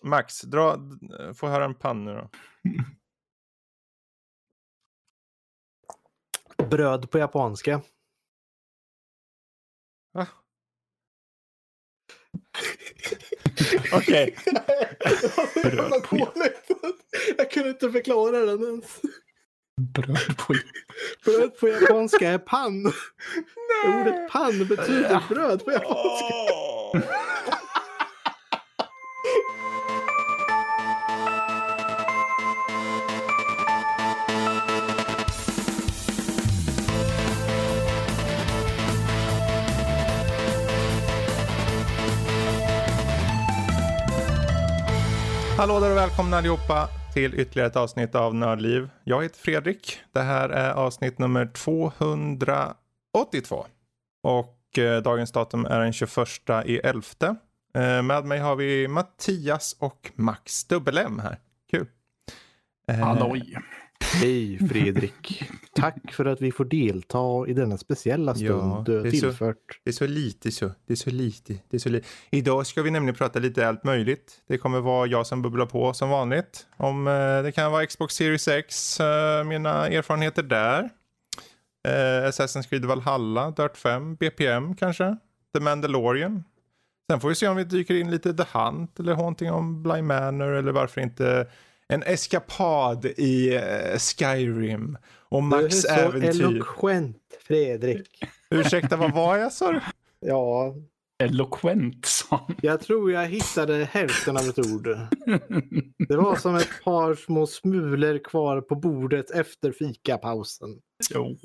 Max, få höra en pann nu då. Bröd på japanska. Va? Okej. Jag kunde inte förklara den ens. Bröd på japanska är pann. Ordet pann betyder bröd på japanska. Hallå där och välkomna allihopa till ytterligare ett avsnitt av Nördliv. Jag heter Fredrik. Det här är avsnitt nummer 282. Och dagens datum är den 21/11. Med mig har vi Mattias och Max Dubbel-M här. Kul. Halloj. Hej Fredrik. Tack för att vi får delta i denna speciella stund du tillfört. Det är så lite. Idag ska vi nämligen prata lite allt möjligt. Det kommer vara jag som bubblar på som vanligt. Det kan vara Xbox Series X, mina erfarenheter där. Assassin's Creed Valhalla, Dirt 5, BPM kanske. The Mandalorian. Sen får vi se om vi dyker in lite The Hunt eller någonting om Bly Manor eller varför inte en eskapad i Skyrim och Max äventyr. Du är så eloquent, Fredrik. Ursäkta, vad var jag, sa du? Ja. Eloquent, sa. Jag tror jag hittade hälften av ett ord. Det var som ett par små smulor kvar på bordet efter fikapausen. Jo.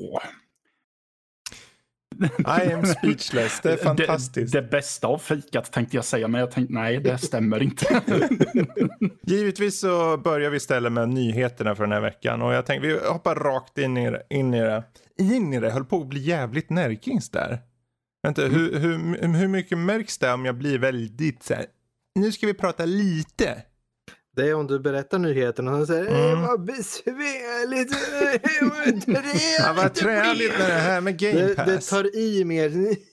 I am speechless. Det är fantastiskt. Det bästa av fikat tänkte jag säga, men jag tänkte nej, det stämmer inte. Givetvis så börjar vi istället med nyheterna för den här veckan. Och jag tänkte vi hoppar rakt in i det. Höll på att bli jävligt närkings där. Vänta, hur mycket märks det om jag blir väldigt så här, nu ska vi prata lite. Det är om du berättar nyheterna och säger vad besvärligt. Ja, vad träligt med det här med Game Pass. Det tar i mer.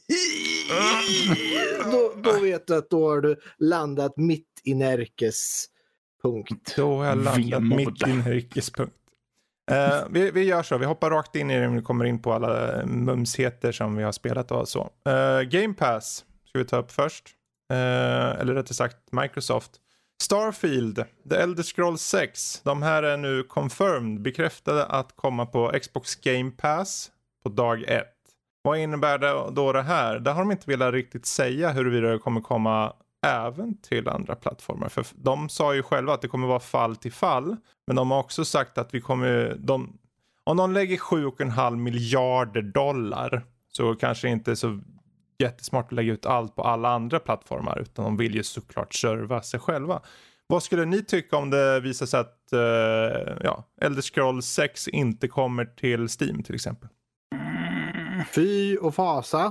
Då vet du att då har du landat mitt i Närkes punkt. Då har jag landat mitt i Närkes punkt. Vi gör så, vi hoppar rakt in i det när vi kommer in på alla mumsheter som vi har spelat och så. Game Pass ska vi ta upp först. Eller rättare sagt Microsoft. Starfield, The Elder Scrolls 6. De här är nu confirmed, bekräftade att komma på Xbox Game Pass på dag 1. Vad innebär det då det här? Där har de inte velat riktigt säga huruvida det kommer komma även till andra plattformar. För de sa ju själva att det kommer vara fall till fall. Men de har också sagt att vi kommer... om de lägger 7,5 miljarder dollar så kanske inte så jättesmart att lägga ut allt på alla andra plattformar, utan de vill ju såklart serva sig själva. Vad skulle ni tycka om det visar sig att Elder Scrolls 6 inte kommer till Steam till exempel? Fy och fasa.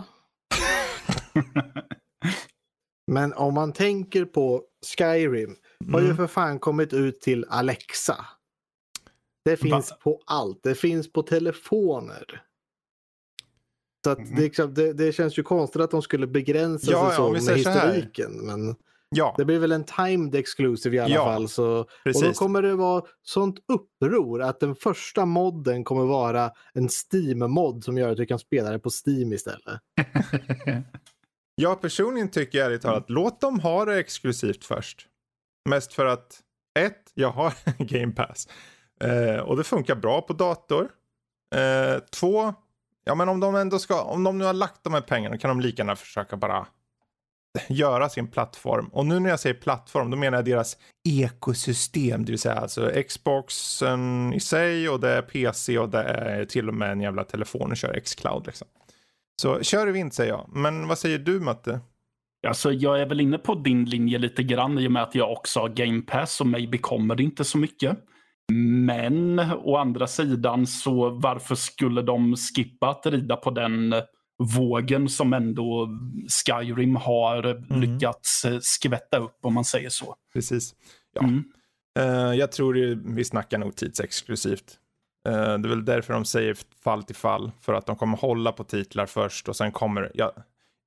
Men om man tänker på Skyrim har ju för fan kommit ut till Alexa. Det finns på allt. Det finns på telefoner. Så att det känns ju konstigt att de skulle begränsa sig så med historiken. Men det blir väl en timed exclusive i alla fall. Så, och då kommer det vara sånt uppror att den första modden kommer vara en Steam-mod som gör att du kan spela det på Steam istället. Jag personligen tycker ärligt talat, låt dem ha det exklusivt först. Mest för att jag har Game Pass. Och det funkar bra på dator. 2, ja men om de nu har lagt de här pengarna kan de lika gärna försöka bara göra sin plattform. Och nu när jag säger plattform, då menar jag deras ekosystem. Det vill säga alltså Xboxen i sig och det är PC och det är till och med en jävla telefon och kör Xcloud liksom. Så kör vi inte, säger jag. Men vad säger du, Matte? Alltså jag är väl inne på din linje lite grann i och med att jag också har Game Pass och maybe kommer det inte så mycket. Men å andra sidan så varför skulle de skippa att rida på den vågen som ändå Skyrim har lyckats skvätta upp, om man säger så. Precis. Ja. Jag tror vi snackar nog tidsexklusivt. Det är väl därför de säger fall till fall. För att de kommer hålla på titlar först och sen kommer...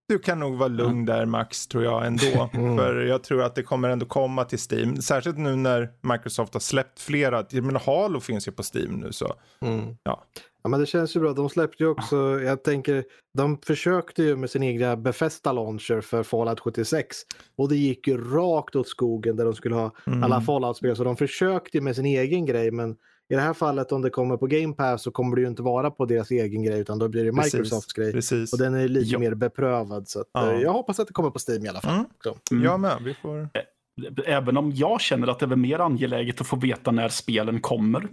Du kan nog vara lugn där Max, tror jag ändå. För jag tror att det kommer ändå komma till Steam. Särskilt nu när Microsoft har släppt flera. Men Halo finns ju på Steam nu så. Ja. Ja, men det känns ju bra. De släppte ju också, jag tänker, de försökte ju med sin egna Bethesda launcher för Fallout 76. Och det gick ju rakt åt skogen där de skulle ha alla Fallout-spel. Så de försökte ju med sin egen grej, men i det här fallet om det kommer på Game Pass så kommer det ju inte vara på deras egen grej utan då blir det Microsofts grej. Precis. Och den är lite mer beprövad. Så att, jag hoppas att det kommer på Steam i alla fall. Jag med, vi får... Även om jag känner att det är mer angeläget att få veta när spelen kommer.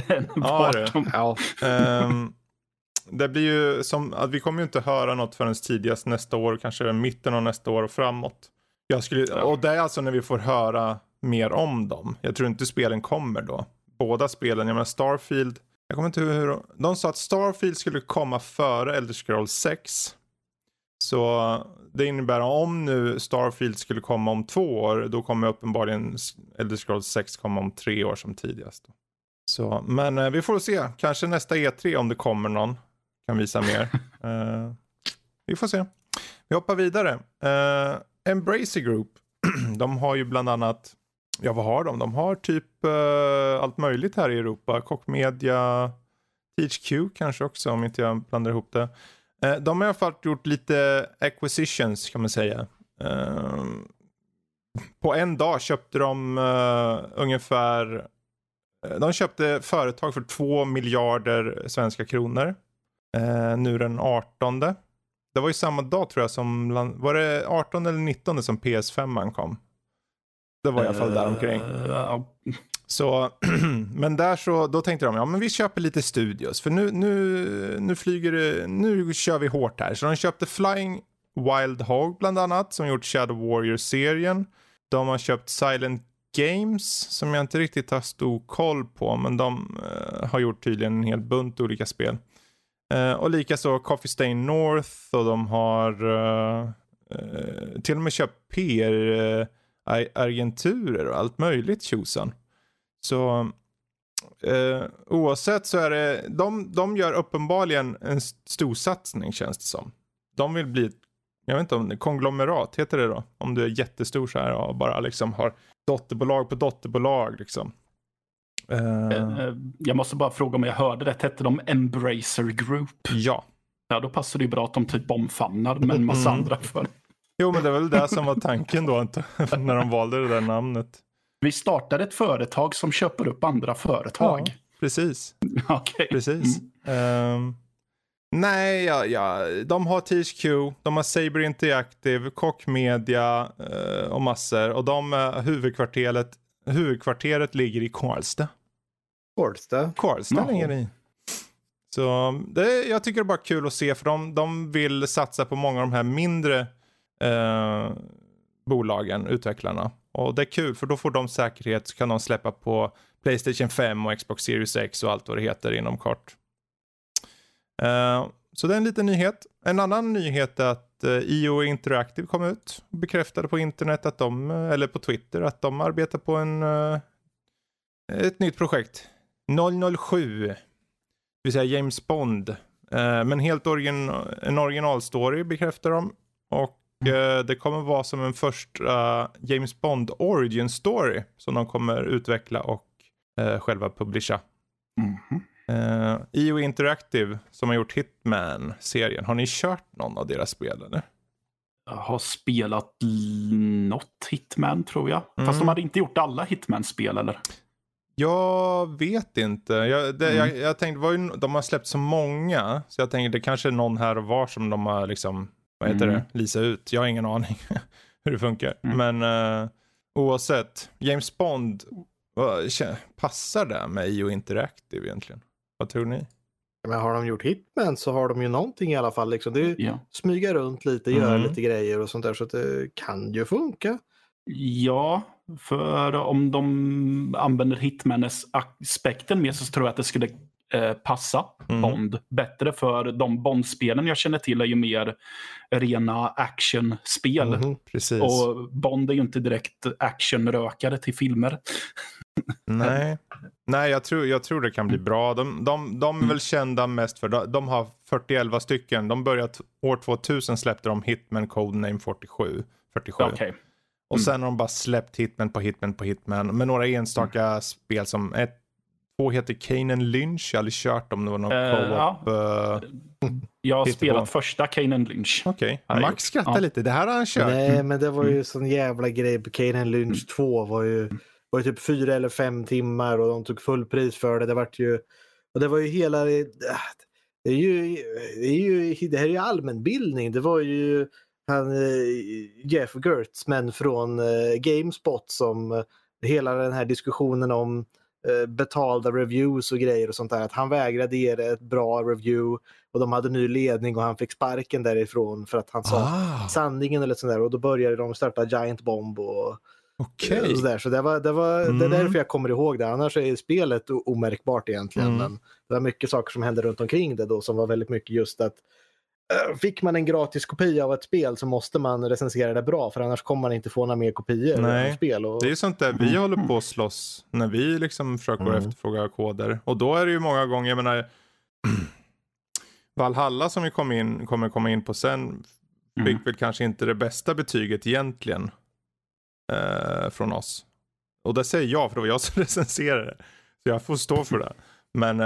Det blir ju som att vi kommer ju inte höra något förrän tidigast nästa år, kanske mitten av nästa år och framåt. Och det är alltså när vi får höra mer om dem. Jag tror inte spelen kommer då. Båda spelen, jag menar Starfield, jag kommer inte ihåg hur de sa att Starfield skulle komma före Elder Scrolls 6. Så det innebär om nu Starfield skulle komma om 2 år, då kommer uppenbarligen Elder Scrolls 6 komma om 3 år som tidigast. Så, men vi får se. Kanske nästa E3 om det kommer någon kan visa mer. Vi får se. Vi hoppar vidare. Embracer Group. De har ju bland annat, vad har de? De har typ allt möjligt här i Europa. Koch Media, THQ kanske också om inte jag blandar ihop det. De har i alla fall gjort lite acquisitions kan man säga. På en dag köpte de ungefär... De köpte företag för 2 miljarder svenska kronor. Nu den 18. Det var ju samma dag tror jag som... Var det 18 eller 19 som PS5 kom? Det var i alla fall där omkring. Så, men där så, då tänkte de, men vi köper lite studios. För nu flyger det, nu kör vi hårt här. Så de köpte Flying Wild Hog bland annat, som gjort Shadow Warrior-serien. De har köpt Silent Games, som jag inte riktigt har stor koll på. Men de har gjort tydligen en hel bunt olika spel. Och likaså Coffee Stain North, och de har till och med köpt PR-agenturer och allt möjligt tjosan. Så oavsett så är det, de gör uppenbarligen en stor satsning känns det som. De vill bli, jag vet inte om det konglomerat heter det då. Om du är jättestor så här och bara liksom har dotterbolag på dotterbolag liksom. Jag måste bara fråga om jag hörde rätt. Hette de Embracer Group? Ja. Ja, då passar det ju bra att de typ omfamnar med en massa andra för. Jo, men det var väl det som var tanken då inte, när de valde det där namnet. Vi startade ett företag som köper upp andra företag. Ja, precis. Okay. Precis. Nej, de har THQ, de har Saber Interactive, Koch Media och massor. Och huvudkvarteret ligger i Karlstad. Karlstad ligger i. Så jag tycker det är bara kul att se, för de vill satsa på många av de här mindre bolagen, utvecklarna. Och det är kul för då får de säkerhet, så kan de släppa på PlayStation 5 och Xbox Series X och allt vad det heter inom kort. Så det är en liten nyhet. En annan nyhet är att IO Interactive kom ut och bekräftade på internet att eller på Twitter att de arbetar på ett nytt projekt. 007. Det vill säga James Bond. Men helt en originalstory bekräftar de. Och det kommer vara som en första James Bond origin story som de kommer utveckla och själva publisha. IO Interactive som har gjort Hitman-serien. Har ni kört någon av deras spel eller? Jag har spelat något Hitman tror jag. Fast de hade inte gjort alla Hitman-spel eller? Jag vet inte. Jag tänkte, de har släppt så många. Så jag tänkte det kanske är någon här och var som de har liksom, vad heter det, lisa ut. Jag har ingen aning hur det funkar. Men oavsett, James Bond, passar det med IO Interactive egentligen? Vad tror ni? Men har de gjort Hitman så har de ju någonting i alla fall. Liksom. Det är smyga runt lite, göra lite grejer och sånt där. Så att det kan ju funka. Ja, för om de använder Hitman-aspekten mer så tror jag att det skulle passa Bond bättre. För de Bond-spelen jag känner till är ju mer rena actionspel. Precis. Och Bond är ju inte direkt actionrökare till filmer. Nej, jag tror det kan bli bra. De är väl kända mest för, de har 41 stycken. De började år 2000 släppte de Hitman Codename 47. Okay. Och sen har de bara släppt Hitman på Hitman. Med några enstaka spel som två heter Kane and Lynch. Jag har aldrig kört om det var någon co-op. Jag har spelat första Kane and Lynch. Okej. Max skrattar lite. Det här har han kört. Nej, men det var ju sån jävla grej på Kane and Lynch 2 var ju typ 4 eller 5 timmar och de tog full pris för det. Det var ju hela det här är ju allmänbildning. Det var ju Jeff Gertzman från GameSpot som hela den här diskussionen om betalda reviews och grejer och sånt där, att han vägrade ge det ett bra review och de hade ny ledning och han fick sparken därifrån för att han sa sanningen eller sånt där, och då började de starta Giant Bomb och sådär. Så det är därför jag kommer ihåg det. Annars är spelet omärkbart egentligen, men det var mycket saker som hände runt omkring det då som var väldigt mycket just att fick man en gratis kopia av ett spel så måste man recensera det bra, för annars kommer man inte få några mer kopior av spel. Det är ju sånt där vi håller på att slåss när vi liksom försöker efterfråga koder. Och då är det ju många gånger, jag menar Valhalla som vi kommer komma in på sen fick väl kanske inte det bästa betyget egentligen från oss. Och det säger jag, för det var jag som recenserade det. Så jag får stå för det. Men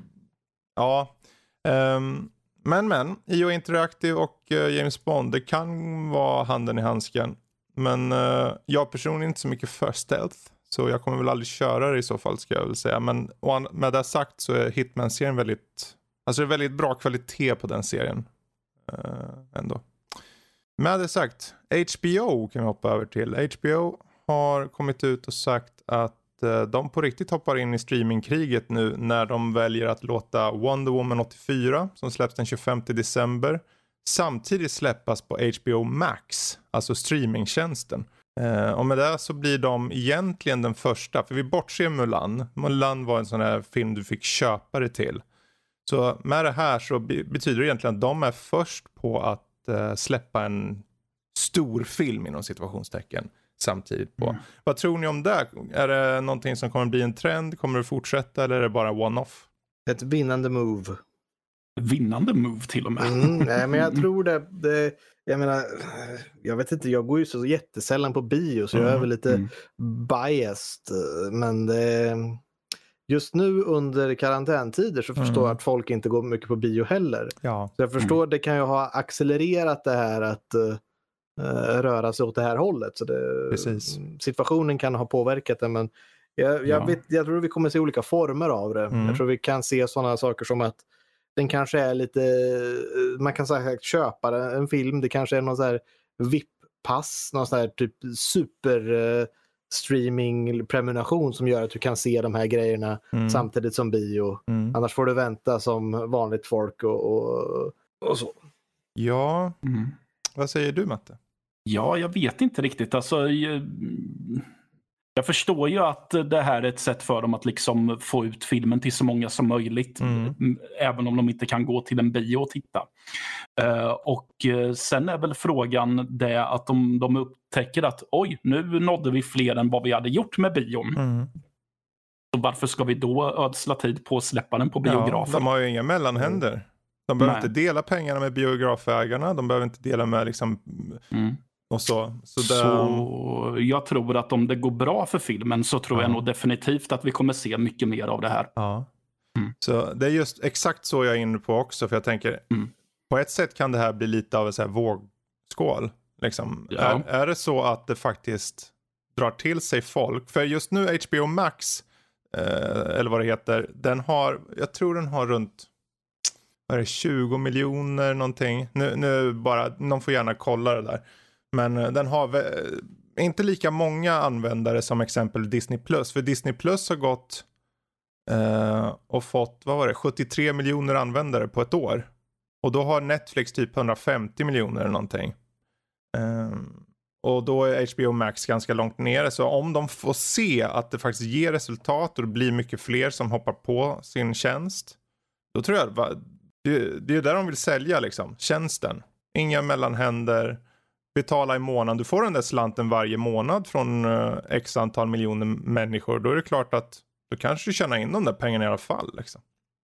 Men IO Interactive och James Bond, det kan vara handen i handsken. Men jag personligen inte så mycket för stealth. Så jag kommer väl aldrig köra det i så fall, ska jag väl säga. Men med det sagt så är Hitman-serien väldigt bra kvalitet på den serien. Ändå. Med det sagt, HBO kan vi hoppa över till. HBO har kommit ut och sagt att de på riktigt hoppar in i streamingkriget nu när de väljer att låta Wonder Woman 84, som släpps den 25 december, samtidigt släppas på HBO Max, alltså streamingtjänsten. Och med det så blir de egentligen den första, för vi bortser Mulan. Mulan var en sån här film du fick köpa det till. Så med det här så betyder det egentligen att de är först på att släppa en stor film inom situationstecken samtidigt på. Vad tror ni om det? Är det någonting som kommer bli en trend? Kommer det fortsätta eller är det bara one-off? Ett vinnande move. Vinnande move till och med. Nej, men jag tror det jag menar, jag vet inte, jag går ju så jättesällan på bio så jag är väl lite biased, men just nu under karantäntider så förstår jag att folk inte går mycket på bio heller. Ja. Så jag förstår, det kan ju ha accelererat det här att röra sig åt det här hållet. Så situationen kan ha påverkat det, men jag tror vi kommer se olika former av det. Jag tror vi kan se sådana saker som att den kanske är lite, man kan säkert köpa en film, det kanske är någon så här VIP-pass, någon så här typ super streaming prenumeration som gör att du kan se de här grejerna samtidigt som bio. Annars får du vänta som vanligt folk och så. Ja. Vad säger du, Matte? Ja, jag vet inte riktigt. Alltså, jag förstår ju att det här är ett sätt för dem att liksom få ut filmen till så många som möjligt. Även om de inte kan gå till en bio och titta. Och sen är väl frågan det att de upptäcker att oj, nu nådde vi fler än vad vi hade gjort med bion. Så varför ska vi då ödsla tid på att släppa den på biografen? De har ju inga mellanhänder. De behöver inte dela pengarna med biografägarna. De behöver inte dela med liksom... Och så jag tror att om det går bra för filmen så tror jag nog definitivt att vi kommer se mycket mer av det här. Så det är just exakt så jag är inne på också, för jag tänker på ett sätt kan det här bli lite av en så här vågskål liksom. Är det så att det faktiskt drar till sig folk, för just nu HBO Max eller vad det heter, jag tror den har runt 20 miljoner någonting. Nu bara, någon får gärna kolla det där. Men den har inte lika många användare som exempel Disney Plus. För Disney Plus har gått och fått, 73 miljoner användare på ett år. Och då har Netflix typ 150 miljoner eller någonting. Och då är HBO Max ganska långt nere. Så om de får se att det faktiskt ger resultat och det blir mycket fler som hoppar på sin tjänst. Då tror jag det är där de vill sälja liksom, tjänsten. Inga mellanhänder. betala i månaden. Du får den där slanten varje månad från x antal miljoner människor. Då är det klart att då kanske du tjänar in de där pengarna i alla fall. Liksom.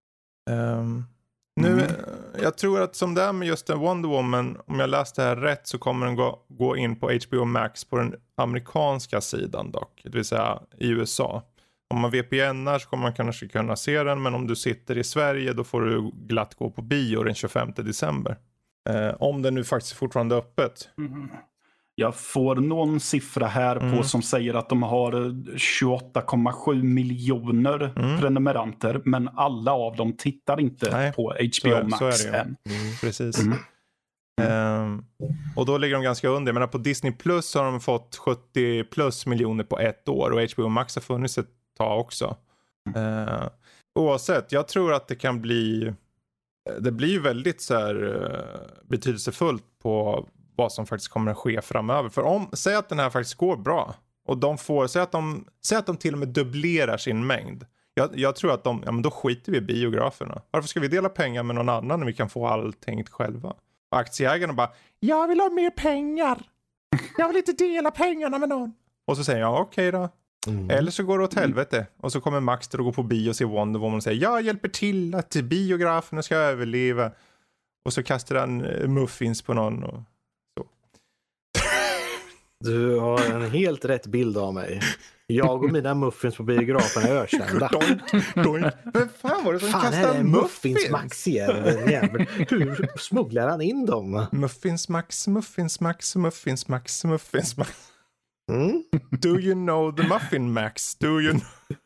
Jag tror att som det är med just en Wonder Woman, om jag läste det här rätt så kommer den gå in på HBO Max på den amerikanska sidan dock. Det vill säga i USA. Om man VPN:ar så kommer man kanske kunna se den, men om du sitter i Sverige då får du glatt gå på bio den 25 december. Om den nu faktiskt fortfarande är öppet. Jag får någon siffra här på som säger att de har 28,7 miljoner prenumeranter, men alla av dem tittar inte på HBO Max än. Precis. Och då ligger de ganska under. Jag menar, på Disney Plus har de fått 70 plus miljoner på ett år och HBO Max har funnits ett tag också. Oavsett, jag tror att det kan bli, det blir väldigt så här betydelsefullt på vad som faktiskt kommer att ske framöver. För säg att den här faktiskt går bra och de får, säg att de till och med dubblerar sin mängd. Jag tror att men då skiter vi i biograferna. Varför ska vi dela pengar med någon annan när vi kan få allting själva? Och aktieägarna bara, jag vill ha mer pengar. Jag vill inte dela pengarna med någon. Och så säger jag, okej då. Eller så går det åt helvete. Och så kommer Max där och går på bio och ser Wonder Woman och säger, jag hjälper till att biograferna ska överleva. Och så kastar han muffins på någon och så. Du har en helt rätt bild av mig. Jag och mina muffins på biografen är ökända. Vem fan var det som kastade muffins? Max igen. Hur smugglar han in dem? Muffins Max. Do you know the Muffin Max? Do you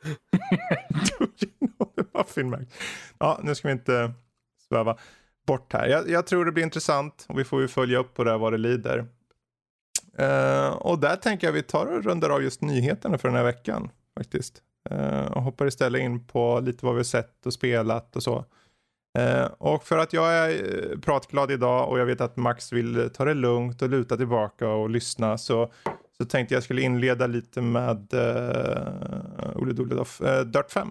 know the Muffin Max? Ja, nu ska vi inte sväva bort här. Jag tror det blir intressant och vi får ju följa upp på det vad det lider. Och där tänker jag vi tar och rundar av just nyheterna för den här veckan faktiskt. Och hoppar istället in på lite vad vi har sett och spelat och så. Och för att jag är pratglad idag och jag vet att Max vill ta det lugnt och luta tillbaka och lyssna, så tänkte jag skulle inleda lite med Dirt 5.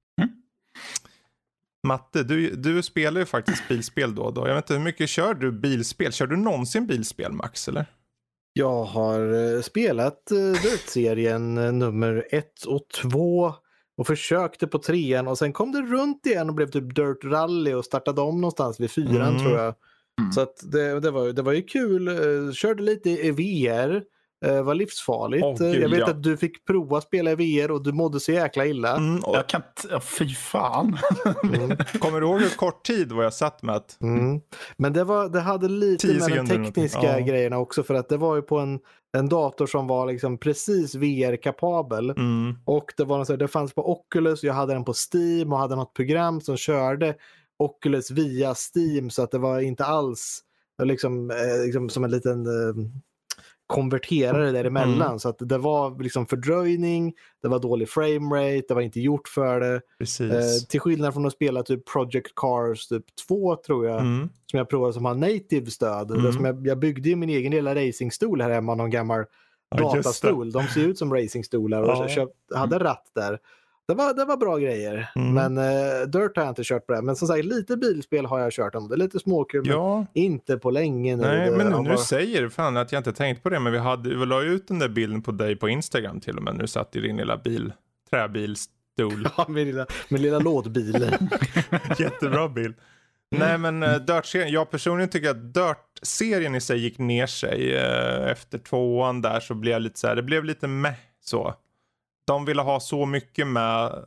Matte, du spelar ju faktiskt bilspel då. Jag vet inte, hur mycket kör du bilspel? Kör du någonsin bilspel, Max, eller? Jag har spelat Dirt-serien nummer 1 och 2 och försökte på 3:an och sen kom det runt igen och blev typ Dirt Rally och startade om någonstans vid 4:an tror jag. Så att det var ju kul. Körde lite i VR. Var livsfarligt. Jag vet att du fick prova spela i VR och du mådde så jäkla illa. Jag kan inte, fy fan. Kommer du ihåg hur kort tid var jag satt med att... Men det hade lite med de tekniska grejerna också, för att det var ju på en dator som var liksom precis VR-kapabel. Och det fanns på Oculus, jag hade den på Steam och hade något program som körde Oculus via Steam, så att det var inte alls liksom som en liten... konverterare däremellan, så att det var liksom fördröjning, det var dålig framerate, det var inte gjort för det. Till skillnad från att spela typ Project Cars typ 2 tror jag, som jag provade som har native stöd. Det som jag byggde ju min egen lilla racingstol här hemma, någon gammal datastol. De ser ut som racingstolar och hade ratt där. Det var bra grejer. Men Dirt har jag inte kört på det. Men som sagt, lite bilspel har jag kört om. Det är lite småkul, men inte på länge nu. Nej, men nu säger fan att jag inte tänkt på det. Men vi la ut den där bilden på dig på Instagram till och med. Nu satt i din lilla träbilstol. Ja, min lilla lådbil. Jättebra bild. Nej, men Dirt-serien. Jag personligen tycker att Dirt-serien i sig gick ner sig. Efter 2:an där så blev jag lite så här. Det blev lite så. De ville ha så mycket med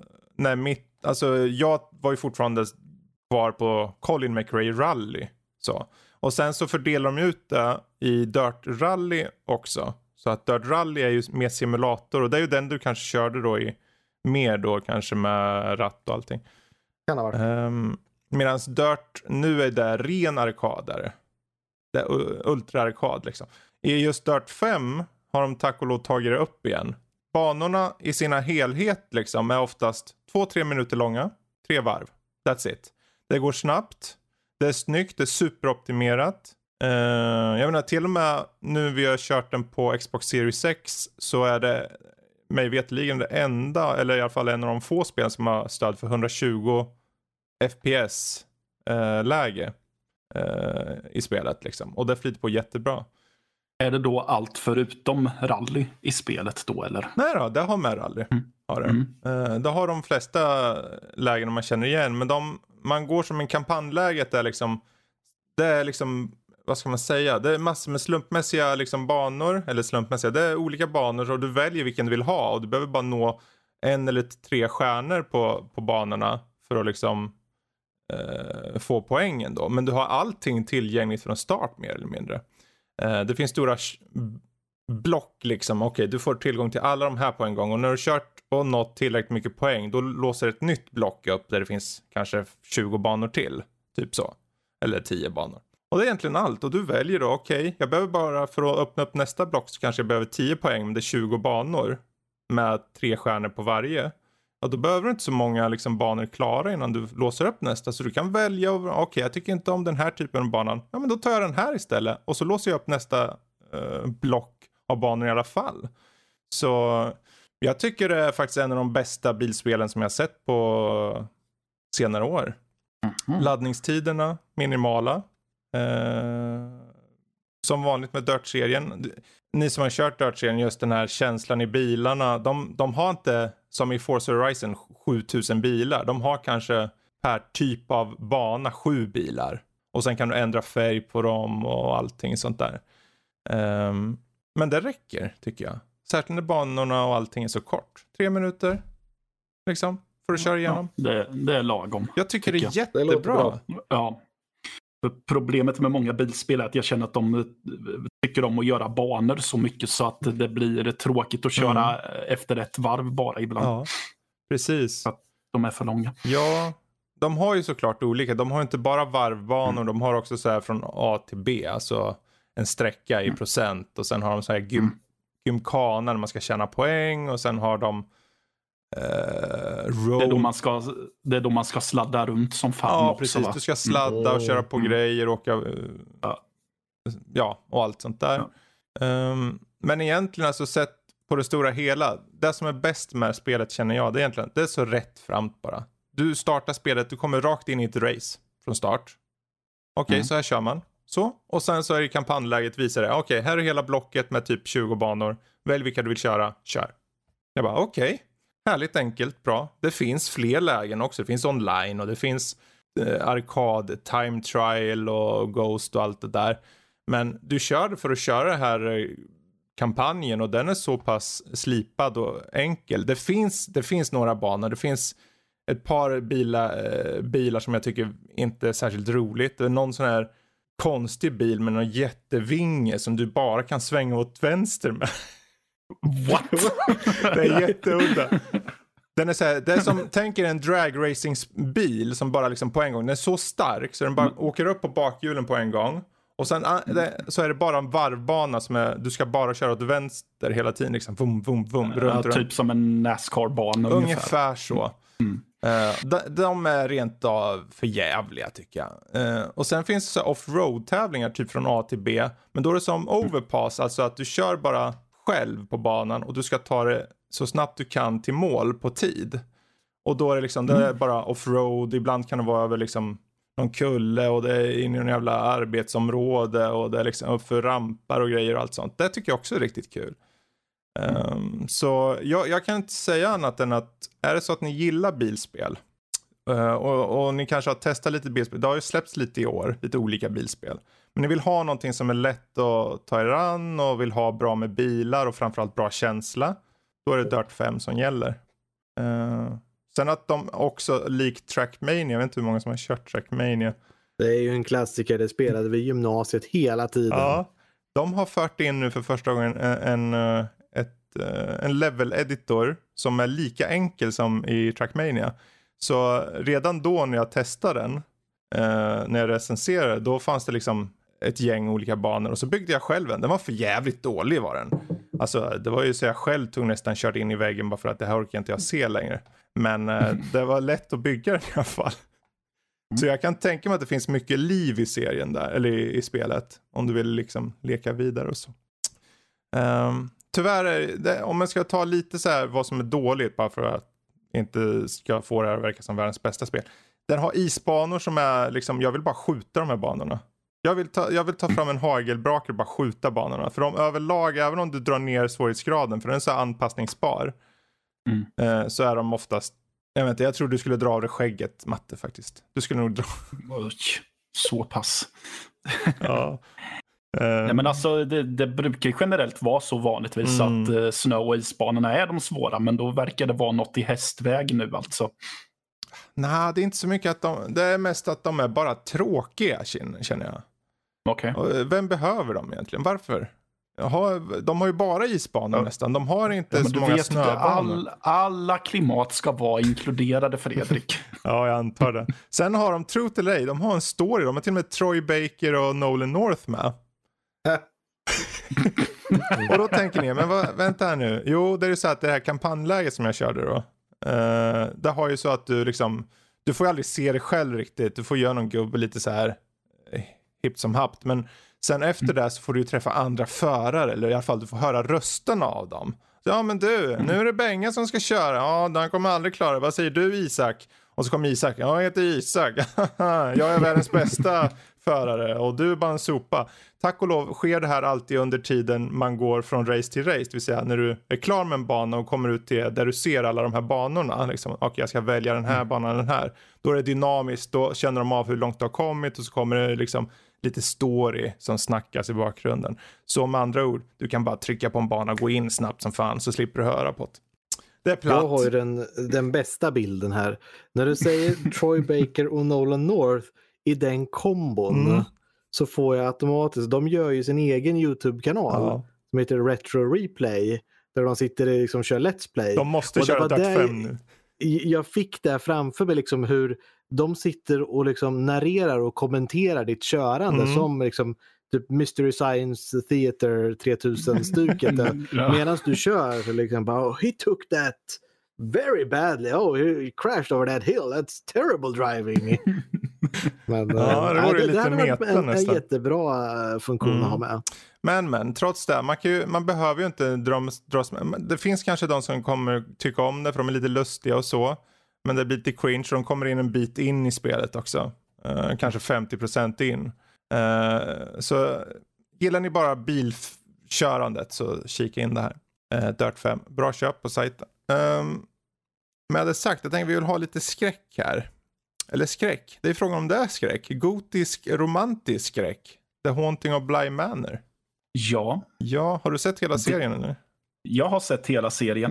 jag var ju fortfarande kvar på Colin McRae Rally så. Och sen så fördelar de ut det i Dirt Rally också, så att Dirt Rally är ju mer simulator och det är ju den du kanske körde då i mer då kanske med ratt och allting. Kan ha varit. Medans Dirt nu är det ren arkadare. Det är ultra-arkad liksom. I just Dirt 5 har de tack och lov tagit det upp igen. Banorna i sina helhet liksom är oftast 2-3 minuter långa. 3 varv. That's it. Det går snabbt. Det är snyggt. Det är superoptimerat. Jag menar till och med nu vi har kört den på Xbox Series 6 så är det mig vetligen det enda, eller i alla fall en av de få spel som har stöd för 120 FPS läge i spelet liksom. Och det flyter på jättebra. Är det då allt förutom rally i spelet då eller? Nej då, det har med rally. Har det. Det har de flesta lägen man känner igen. Men man går som en kampanjläget där liksom. Det är liksom, vad ska man säga? Det är massor med slumpmässiga liksom banor. Eller slumpmässiga, det är olika banor och du väljer vilken du vill ha. Och du behöver bara nå 1 eller 3 stjärnor på banorna. För att liksom få poängen då. Men du har allting tillgängligt från start mer eller mindre. Det finns stora block liksom. Okej, du får tillgång till alla de här på en gång. Och när du kört och nått tillräckligt mycket poäng, då låser ett nytt block upp där det finns kanske 20 banor till. Typ så. Eller 10 banor. Och det är egentligen allt. Och du väljer då, okej, jag behöver bara för att öppna upp nästa block så kanske jag behöver 10 poäng. Men det är 20 banor med 3 stjärnor på varje. Och då behöver du inte så många liksom banor klara innan du låser upp nästa. Så du kan välja, okej, jag tycker inte om den här typen av banan. Ja, men då tar jag den här istället. Och så låser jag upp nästa block av banor i alla fall. Så jag tycker det är faktiskt en av de bästa bilspelen som jag sett på senare år. Laddningstiderna, minimala. Som vanligt med Dirt-serien. Ni som har kört Dirt-serien, just den här känslan i bilarna. De har inte, som i Forza Horizon, 7000 bilar. De har kanske per typ av bana 7 bilar. Och sen kan du ändra färg på dem och allting sånt där. Men det räcker, tycker jag. Särskilt när banorna och allting är så kort. 3 minuter, liksom, för att köra igenom. Ja, det är lagom. Jag tycker det är jättebra. Ja. För problemet med många bilspel är att jag känner att de tycker om att göra banor så mycket så att det blir tråkigt att köra efter ett varv bara ibland. Ja, precis. Att de är för långa. Ja, de har ju såklart olika. De har inte bara varvbanor, de har också så här från A till B, alltså en sträcka i procent. Och sen har de så här gymkana när man ska tjäna poäng. Och sen har de road. Det är då man ska sladda runt som fan ja, också. Precis. Va? Du ska sladda och köra på grejer och åka, ja, och allt sånt där. Ja. Men egentligen alltså sett på det stora hela, det som är bäst med spelet känner jag, det är egentligen, det är så rätt framt bara. Du startar spelet, du kommer rakt in i ett race från start. Okej, så här kör man. Så, och sen så är det kampanjläget visar det. Okej, här är hela blocket med typ 20 banor. Välj vilka du vill köra, kör. Jag bara, okej. Härligt enkelt, bra. Det finns fler lägen också. Det finns online och det finns arkad, time trial och ghost och allt det där. Men du kör för att köra den här kampanjen och den är så pass slipad och enkel. Det finns några banor. Det finns ett par bilar som jag tycker inte är särskilt roligt. Det är någon sån här konstig bil med någon jättevinge som du bara kan svänga åt vänster med. What? Det är jätteudda. Den är så här, det är som, tänker en dragracingbil som bara liksom på en gång, den är så stark så den bara åker upp på bakhjulen på en gång. Och sen så är det bara en varvbana som är, du ska bara köra åt vänster hela tiden liksom, vum, vum, vum, runt. Typ som en NASCAR-bana ungefär så. De är rent av för jävliga tycker jag. Och sen finns det så off-road-tävlingar typ från A till B. Men då är det som overpass, alltså att du kör bara själv på banan och du ska ta det så snabbt du kan till mål på tid. Och då är det liksom, det är bara off-road, ibland kan det vara över liksom någon kulle och det är in i en jävla arbetsområde och det är liksom upp för rampar och grejer och allt sånt. Det tycker jag också är riktigt kul. Så jag kan inte säga annat än att är det så att ni gillar bilspel och ni kanske har testat lite bilspel, det har ju släppts lite i år, lite olika bilspel, men ni vill ha någonting som är lätt att ta er an och vill ha bra med bilar och framförallt bra känsla, då är det Dirt 5 som gäller. Sen att de också likt Trackmania, jag vet inte hur många som har kört Trackmania. Det är ju en klassiker, det spelade vid gymnasiet hela tiden. Ja, de har fört in nu för första gången en level editor som är lika enkel som i Trackmania. Så redan då när jag testade den, när jag recenserade, då fanns det liksom ett gäng olika banor och så byggde jag själv en. Den var för jävligt dålig var den. Alltså det var ju så jag själv tog nästan kört in i väggen bara för att det här orkar inte jag se längre. Men det var lätt att bygga den i alla fall. Så jag kan tänka mig att det finns mycket liv i serien där, eller i spelet, om du vill liksom leka vidare och så. Tyvärr är det, om man ska ta lite så här vad som är dåligt bara för att inte ska få det här att verka som världens bästa spel. Den har isbanor som är liksom, jag vill bara skjuta de här banorna. Jag vill ta fram en hagelbrakare och bara skjuta banorna. För de överlag, även om du drar ner svårighetsgraden, för den är så anpassningsbar, så är de oftast, jag tror du skulle dra av det skägget, Matte, faktiskt. Du skulle nog dra. Oj, så pass. Ja. Nej, men alltså, det brukar ju generellt vara så vanligtvis att snö- och isbanorna är de svåra, men då verkar det vara något i hästväg nu alltså. Nej, det är inte så mycket att det är mest att de är bara tråkiga, känner jag. Okej. Vem behöver dem egentligen? Varför? De har ju bara isbanor nästan. De har inte så många snöbanor. Alla klimat ska vara inkluderade, Fredrik. Ja, jag antar det. Sen har de, truth eller ej, de har en story. De har till och med Troy Baker och Nolan North med. Och då tänker ni, men vänta här nu. Jo, det är ju så att det här kampanjläget som jag körde då. Det har ju så att du får ju aldrig se det själv riktigt. Du får göra någon gubbe lite så här hippt som hapt. Men sen efter det så får du ju träffa andra förare. Eller i alla fall du får höra rösterna av dem. Så, ja men du, nu är det Benga som ska köra. Ja, den kommer aldrig klara det. Vad säger du, Isak? Och så kommer Isak. Ja, jag heter Isak. Jag är världens bästa förare. Och du är bara en sopa. Tack och lov sker det här alltid under tiden man går från race till race. Det vill säga när du är klar med en bana och kommer ut till där du ser alla de här banorna. Liksom, okej, jag ska välja den här banan, den här. Då är det dynamiskt. Då känner de av hur långt du har kommit. Och så kommer det liksom lite story som snackas i bakgrunden. Så med andra ord, du kan bara trycka på en bana och gå in snabbt som fan. Så slipper du höra på det. Det är platt. Jag har ju den bästa bilden här. När du säger Troy Baker och Nolan North i den kombon så får jag automatiskt, de gör ju sin egen YouTube-kanal som heter Retro Replay där de sitter och liksom kör Let's Play. De måste köra Dark 5 nu. Jag fick det framför mig liksom hur de sitter och liksom narrerar och kommenterar ditt körande som liksom typ Mystery Science Theater 3000-stuket medan du kör så liksom bara, he took that very badly, he crashed over that hill, that's terrible driving. Men det vore lite hade meta varit en nästan. Jättebra funktion att ha med. Men trots det, man behöver ju inte dras med. Det finns kanske de som kommer tycka om det för de är lite lustiga och så. Men det blir lite cringe och de kommer in en bit in i spelet också. Kanske 50% in. Så gillar ni bara bilkörandet så kika in det här. Dirt 5, bra köp på sajten. Men det sagt, jag tänkte vi vill ha lite skräck här. Eller skräck, det är frågan om det är skräck. Gotisk, romantisk skräck. The Haunting of Bly Manor. Ja, har du sett hela serien nu? Jag har sett hela serien.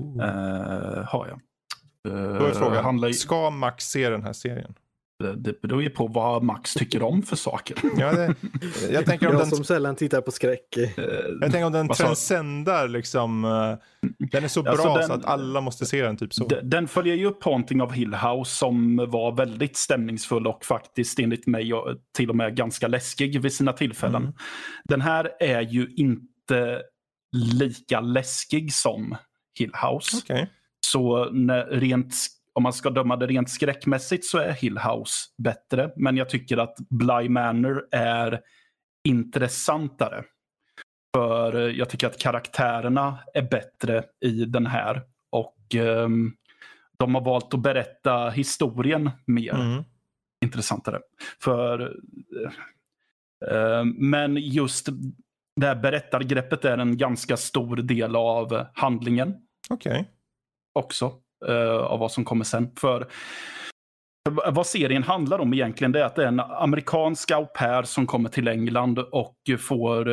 Har jag. Då är frågan, ska Max se den här serien? Det beror ju på vad Max tycker om för saker. Ja, jag tänker om jag den som sällan tittar på skräck. Jag tänker om den transcendar liksom. Den är så bra så att alla måste se den typ så. Den följer ju upp Haunting of Hill House som var väldigt stämningsfull och faktiskt enligt mig till och med ganska läskig vid sina tillfällen. Den här är ju inte lika läskig som Hill House. Okay. Så om man ska döma det rent skräckmässigt så är Hill House bättre. Men jag tycker att Bly Manor är intressantare. För jag tycker att karaktärerna är bättre i den här. Och de har valt att berätta historien mer intressantare. Men just det här berättargreppet är en ganska stor del av handlingen. Okej. Också. Av vad som kommer sen. För vad serien handlar om egentligen det är att det är en amerikansk au pair som kommer till England och får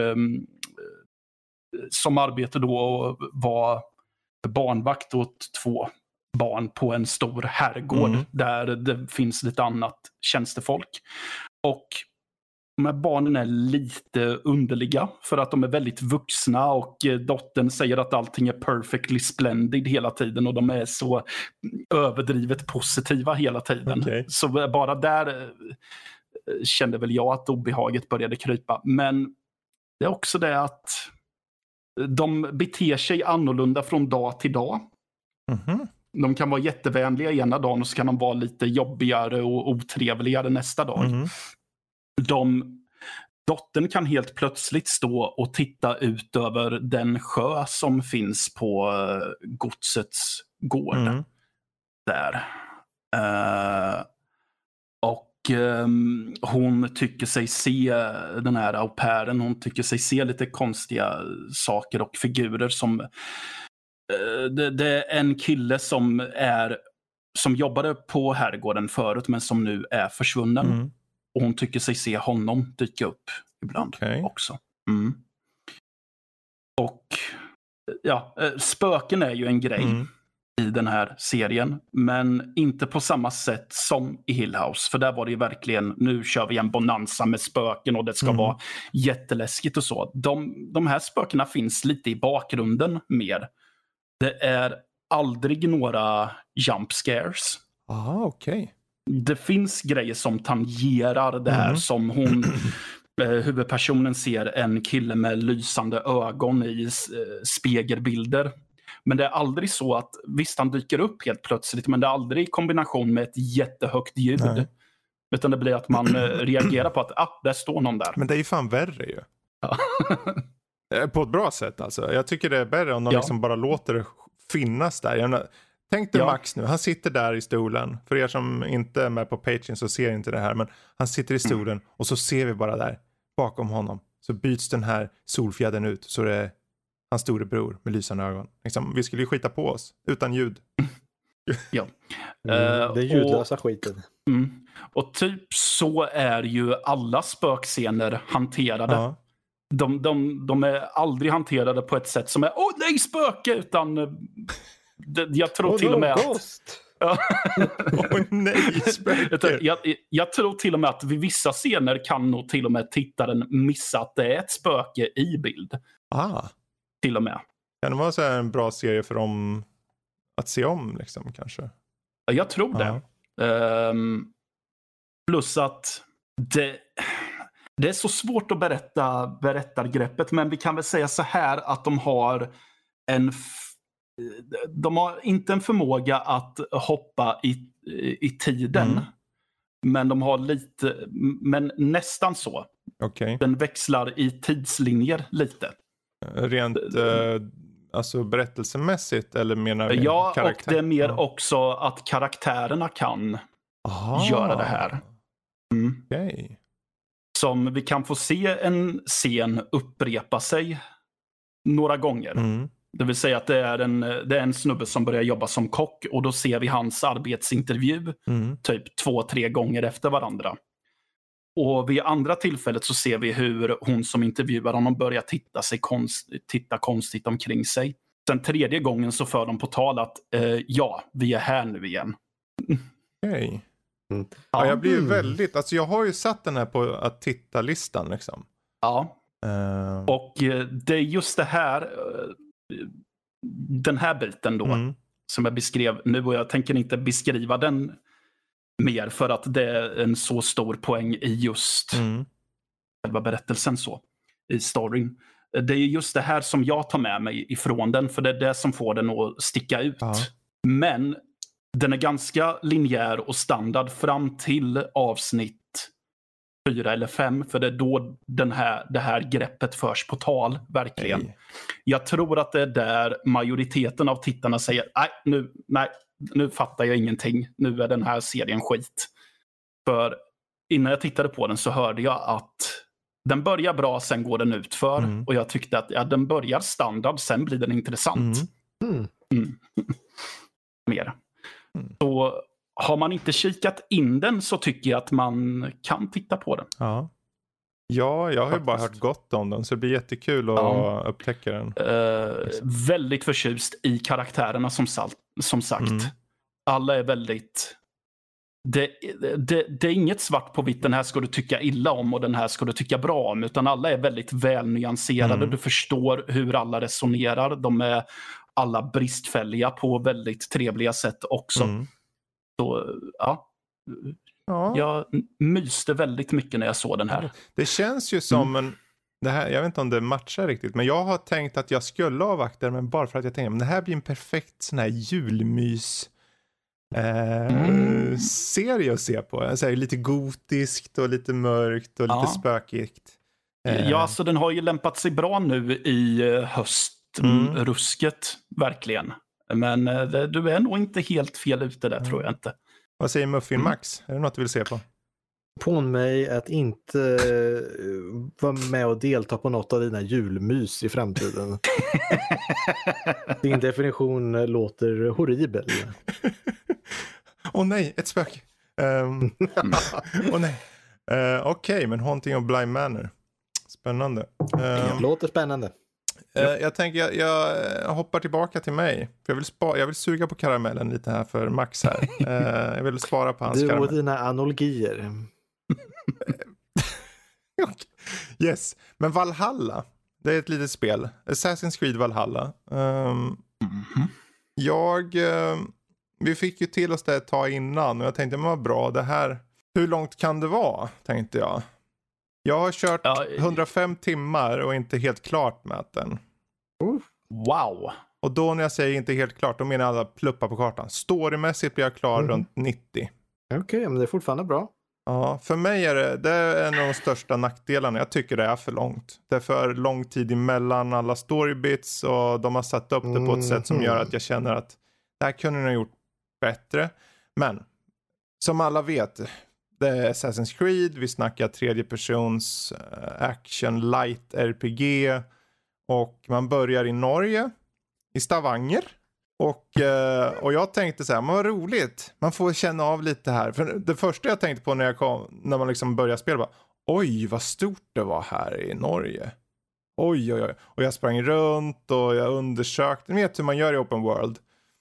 som arbete då vara barnvakt åt 2 barn på en stor herrgård där det finns lite annat tjänstefolk. Och de här barnen är lite underliga för att de är väldigt vuxna och dottern säger att allting är perfectly splendid hela tiden och de är så överdrivet positiva hela tiden. Okay. Så bara där kände väl jag att obehaget började krypa. Men det är också det att de beter sig annorlunda från dag till dag. De kan vara jättevänliga ena dagen och så kan de vara lite jobbigare och otrevligare nästa dag. Dottern kan helt plötsligt stå och titta ut över den sjö som finns på godsets gård. Där. Och hon tycker sig se den här au pairen. Hon tycker sig se lite konstiga saker och figurer som... Det är en kille som jobbade på herrgården förut men som nu är försvunnen. Och hon tycker sig se honom dyka upp ibland också. Och ja, spöken är ju en grej i den här serien, men inte på samma sätt som i Hill House, för där var det ju verkligen, nu kör vi en bonanza med spöken och det ska vara jätteläskigt och så. De här spökena finns lite i bakgrunden mer. Det är aldrig några jump scares. Okej. Det finns grejer som tangerar det här, som huvudpersonen ser en kille med lysande ögon i spegelbilder. Men det är aldrig så att, visst han dyker upp helt plötsligt, men det är aldrig i kombination med ett jättehögt ljud. Nej. Utan det blir att man reagerar på att där står någon där. Men det är ju fan värre ju. Ja. På ett bra sätt alltså. Jag tycker det är bättre om de liksom bara låter det finnas där. Tänk dig Max nu, han sitter där i stolen. För er som inte är med på Patreon så ser inte det här. Men han sitter i stolen och så ser vi bara där bakom honom. Så byts den här solfjädern ut. Så det är hans storebror med lysande ögon. Liksom, vi skulle ju skita på oss utan ljud. Ja. Det är ljudlösa skiten. Och typ så är ju alla spökscener hanterade. Ja. De är aldrig hanterade på ett sätt som är nej spöke, utan jag tror till och med nej spöke. Jag tror till och med att vid vissa scener kan nog till och med tittaren missa att det är ett spöke i bild. Till och med. Kan det vara så här en bra serie för dem att se om liksom kanske? Jag tror det. Plus att det är så svårt att berätta greppet, men vi kan väl säga så här att de har inte en förmåga att hoppa i tiden, men de har men nästan så. Okay. Den växlar i tidslinjer lite. Rent alltså berättelsemässigt eller menar du karaktär? Och det är mer också att karaktärerna kan göra det här. Okej. Som vi kan få se en scen upprepa sig några gånger. Det vill säga att det är en snubbe som börjar jobba som kock, och då ser vi hans arbetsintervju typ 2-3 gånger efter varandra. Och vid andra tillfället så ser vi hur hon som intervjuar honom börjar titta konstigt omkring sig. Sen 3:e gången så för de på tal att vi är här nu igen. Okej. Ja, jag blir ju väldigt, alltså jag har ju satt den här på att titta-listan liksom. Ja. Och det är just det här, den här biten då som jag beskrev nu, och jag tänker inte beskriva den mer för att det är en så stor poäng i just själva berättelsen så, i storyn. Det är just det här som jag tar med mig ifrån den, för det är det som får den att sticka ut. Men den är ganska linjär och standard fram till avsnitt 4 eller 5, för det är då det här greppet förs på tal, verkligen. Jag tror att det är där majoriteten av tittarna säger nu fattar jag ingenting. Nu är den här serien skit. För innan jag tittade på den så hörde jag att den börjar bra, sen går den ut för. Och jag tyckte att den börjar standard, sen blir den intressant. Mer. Så har man inte kikat in den så tycker jag att man kan titta på den. Ja, jag har ju bara hört gott om den, så det blir jättekul att upptäcka den. Väldigt förtjust i karaktärerna som sagt. Alla är väldigt... Det är inget svart på vitt, den här ska du tycka illa om och den här ska du tycka bra om, utan alla är väldigt välnyanserade. Du förstår hur alla resonerar. De är alla bristfälliga på väldigt trevliga sätt också. Så jag myste väldigt mycket när jag såg den här. Det känns ju som det här, jag vet inte om det matchar riktigt, men jag har tänkt att jag skulle avvakta, men bara för att jag tänkte att det här blir en perfekt sån här julmys serie att se på. Alltså, lite gotiskt och lite mörkt och lite spökigt. Ja, alltså den har ju lämpat sig bra nu i höstrusket, verkligen. Men du är nog inte helt fel ute där, tror jag inte. Vad säger Muffin Max? Är det något du vill se på? på mig att inte vara med och delta på något av dina julmys i framtiden. Din definition låter horribel. Åh nej, ett spöke. Åh nej. Okej, men Haunting of Bly Manor. Spännande. Låter spännande. Jag tänker, jag hoppar tillbaka till mig. För jag vill suga på karamellen lite här för Max här. Jag vill spara på hans karamell. Du och dina analogier. Yes, men Valhalla. Det är ett litet spel. Assassin's Creed Valhalla. Vi fick ju till oss det ett tag innan. Och jag tänkte, men vad bra det här. Hur långt kan det vara? Tänkte jag. Jag har kört 105 timmar och inte helt klart med den. Wow. Och då när jag säger inte helt klart, då menar jag alla pluppar på kartan. Storymässigt blir jag klar runt 90. Okej, men det är fortfarande bra. Ja, för mig är det är en av de största nackdelarna. Jag tycker det är för långt. Det är för lång tid emellan alla storybits och de har satt upp det på ett sätt som gör att jag känner att det här kunde ni ha gjort bättre. Men som alla vet, det är Assassin's Creed. Vi snackar tredje persons action light RPG och man börjar i Norge, i Stavanger. Och jag tänkte så här, men vad roligt. Man får känna av lite här. För det första jag tänkte på när man liksom började spela var, oj vad stort det var här i Norge. Oj. Och jag sprang runt och jag undersökte. Ni vet hur man gör i open world.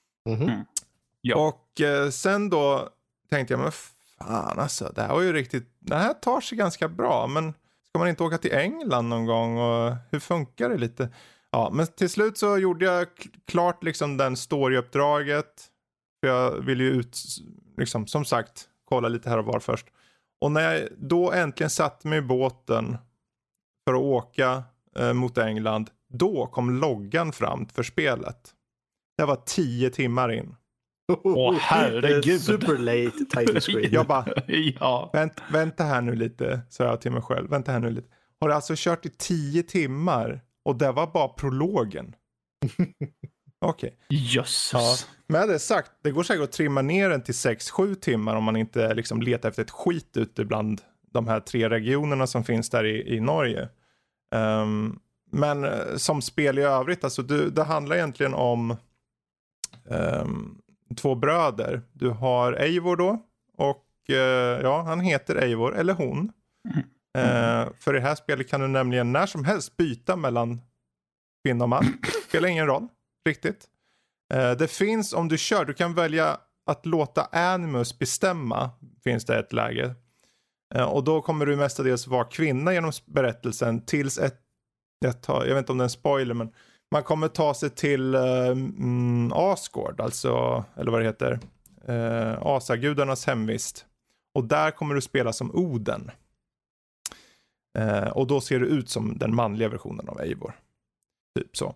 Ja. Och sen då tänkte jag, men fan alltså, det här var ju riktigt, det här tar sig ganska bra. Men ska man inte åka till England någon gång och hur funkar det lite? Ja, men till slut så gjorde jag klart liksom den storyuppdraget. För jag ville ju liksom, som sagt, kolla lite här och var först. Och när jag då äntligen satte mig i båten för att åka mot England, då kom loggan fram för spelet. Det var 10 timmar in. Åh herregud. Super late title screen. Jag bara, ja. vänta här nu lite, sa jag till mig själv. Vänta här nu lite. Har du alltså kört i 10 timmar? Och det var bara prologen. Okej. Jösses. Ja. Med det sagt, det går säkert att trimma ner den till 6-7 timmar om man inte liksom letar efter ett skit ute bland de här 3 regionerna som finns där i Norge. Men som spel i övrigt, alltså det handlar egentligen om 2 bröder. Du har Eivor då och han heter Eivor, eller hon. För i det här spelet kan du nämligen när som helst byta mellan kvinna och man. Spelar ingen roll, riktigt. Det finns, om du kör, du kan välja att låta Animus bestämma, finns det ett läge. Och då kommer du mestadels vara kvinna genom berättelsen tills jag vet inte om det är en spoiler, men man kommer ta sig till Asgård, alltså, eller vad det heter, asagudarnas hemvist. Och där kommer du spela som Oden. Och då ser du ut som den manliga versionen av Eivor. Typ så.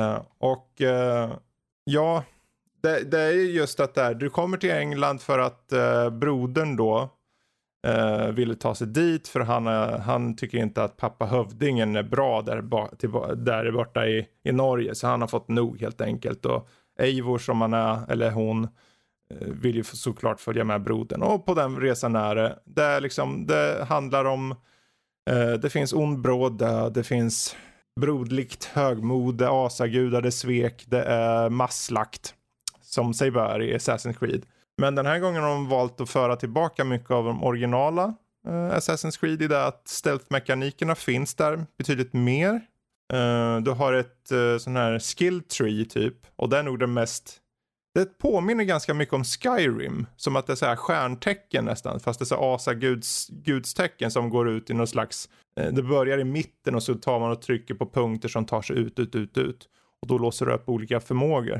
Ja, det är just att du kommer till England för att brodern då ville ta sig dit för han tycker inte att pappa hövdingen är bra där borta i Norge, så han har fått nog helt enkelt. Och Eivor som han är, eller hon, vill ju såklart följa med brodern. Och på den resan är det handlar om det finns ond bråd, det finns brodligt högmode, asagudar, det svek, det är masslakt som sig bör i Assassin's Creed. Men den här gången har de valt att föra tillbaka mycket av de originala Assassin's Creed i det att stealth-mekanikerna finns där betydligt mer. Du har ett sån här skill tree typ, och det är nog det mest. Det påminner ganska mycket om Skyrim, som att det är så här stjärntecken nästan, fast det är så asagudstecken som går ut i någon slags, det börjar i mitten och så tar man och trycker på punkter som tar sig ut. Och då låser du upp olika förmågor.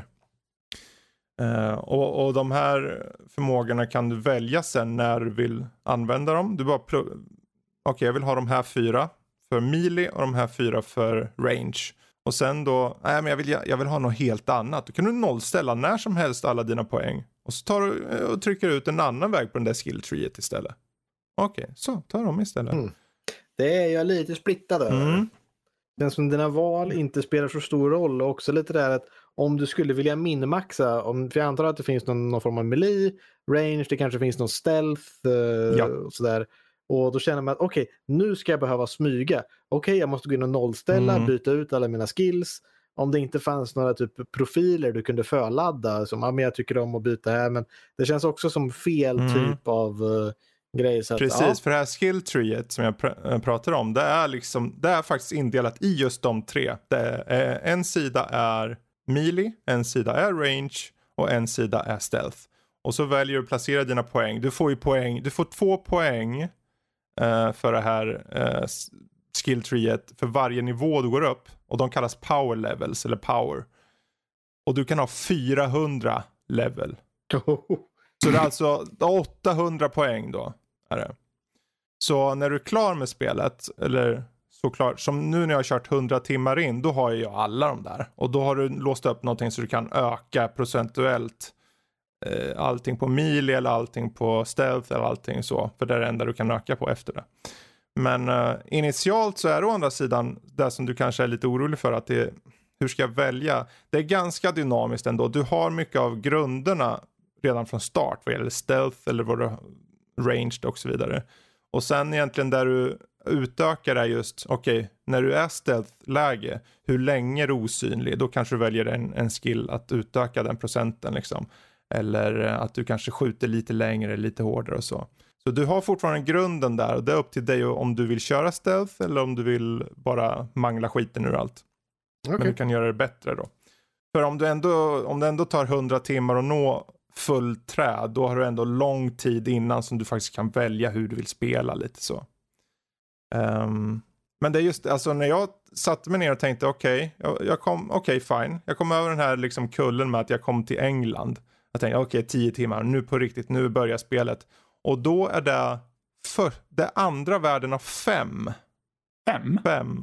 Och de här förmågorna kan du välja sen när du vill använda dem. Du bara okej, jag vill ha de här 4 för melee och de här 4 för range. Och sen då, men jag vill ha något helt annat. Då kan du nollställa när som helst alla dina poäng. Och så tar du och trycker ut en annan väg på den där skill treet istället. Okej, så tar de istället. Det är jag lite splittad över. Den som dina val inte spelar så stor roll, och också lite där att om du skulle vilja minimaxa, för jag antar att det finns någon form av melee, range, det kanske finns någon stealth och sådär. Och då känner man att okej, nu ska jag behöva smyga. Okej, jag måste gå in och nollställa, byta ut alla mina skills. Om det inte fanns några typ profiler du kunde förladda, som men jag tycker om att byta här, men det känns också som fel typ av grej. Så att, precis, för det här skill treet som jag pratar om, det är faktiskt indelat i just de 3. En sida är melee, en sida är range och en sida är stealth. Och så väljer du att placera dina poäng. Du får 2 poäng för det här skill treet för varje nivå du går upp. Och de kallas power levels eller power. Och du kan ha 400 level. Så det är alltså 800 poäng då. Är det. Så när du är klar med spelet, eller såklart, som nu när jag har kört 100 timmar in, då har jag alla de där. Och då har du låst upp någonting så du kan öka procentuellt allting på melee eller allting på stealth eller allting så. För det är det enda du kan öka på efter det. Men initialt så är det å andra sidan det som du kanske är lite orolig för, att hur ska jag välja? Det är ganska dynamiskt ändå. Du har mycket av grunderna redan från start vad gäller stealth eller vad du ranged och så vidare. Och sen egentligen där du utökar är just, okej, när du är stealth-läge, hur länge är du osynlig? Då kanske du väljer en skill att utöka den procenten liksom. Eller att du kanske skjuter lite längre, lite hårdare och så. Så du har fortfarande grunden där, och det är upp till dig om du vill köra stealth eller om du vill bara mangla skiten ur allt. Okay. Men du kan göra det bättre då. För om det ändå tar 100 timmar att nå full träd, då har du ändå lång tid innan som du faktiskt kan välja hur du vill spela lite så. Men det är just, alltså när jag satte mig ner och tänkte okej, fine. Jag kom över den här liksom kullen med att jag kom till England. Jag tänkte 10 timmar, nu på riktigt, nu börjar spelet. Och då är det andra världen av 5. 5.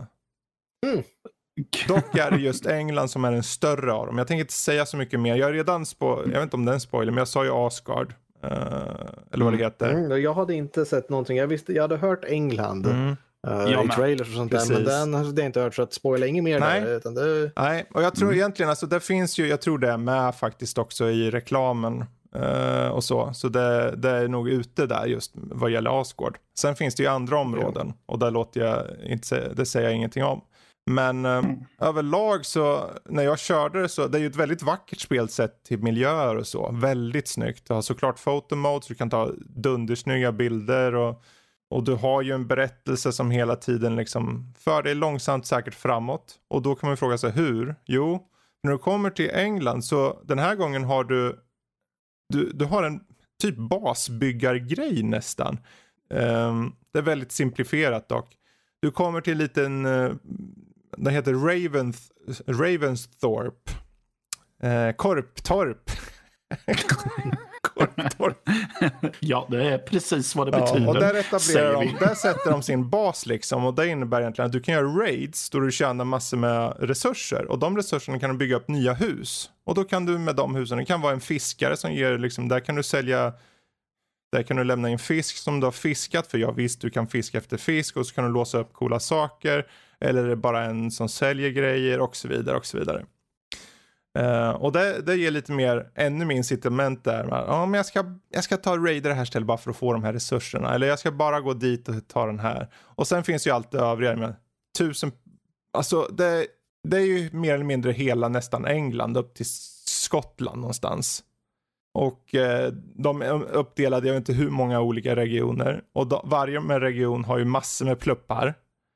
Dock är det just England som är den större av dem. Jag tänker inte säga så mycket mer. Jag har redan jag vet inte om det är en spoiler, men jag sa ju Asgard. Eller vad det heter. Jag hade inte sett någonting. Jag hade hört England i trailers och sånt där. Men den hade jag inte hört, så att spoila inget mer där. Utan Nej, och jag tror egentligen, alltså det finns ju, jag tror det är med faktiskt också i reklamen. Och så det är nog ute där just vad gäller Asgard. Sen finns det ju andra områden och där låter jag inte, det säger jag ingenting om. Men överlag så när jag körde det, så det är ju ett väldigt vackert spel sett till miljöer och så. Väldigt snyggt. Du har såklart photo mode så du kan ta dundersnygga bilder och du har ju en berättelse som hela tiden liksom för dig långsamt säkert framåt. Och då kan man fråga sig hur? Jo, när du kommer till England så den här gången har du har en typ basbyggargrej nästan. Det är väldigt simplifierat dock. Du kommer till en liten, den heter Ravensthorpe. Korptorp. Korptorp. Ja, det är precis vad det betyder. Och där där sätter de sin bas liksom. Och det innebär egentligen att du kan göra raids då du tjänar massor med resurser. Och de resurserna kan du bygga upp nya hus. Och då kan du med de husen, det kan vara en fiskare som ger liksom, där kan du sälja, där kan du lämna in fisk som du har fiskat. För visst, du kan fiska efter fisk och så kan du låsa upp coola saker. Eller är det bara en som säljer grejer och så vidare och så vidare. Och det ger lite mer, ännu mer incitament där. Men jag ska ta raider här stället bara för att få de här resurserna. Eller jag ska bara gå dit och ta den här. Och sen finns ju allt det övriga med 1000. Alltså det är ju mer eller mindre hela nästan England upp till Skottland någonstans. Och de är uppdelade, jag vet inte hur många olika regioner. Och varje region har ju massor med pluppar.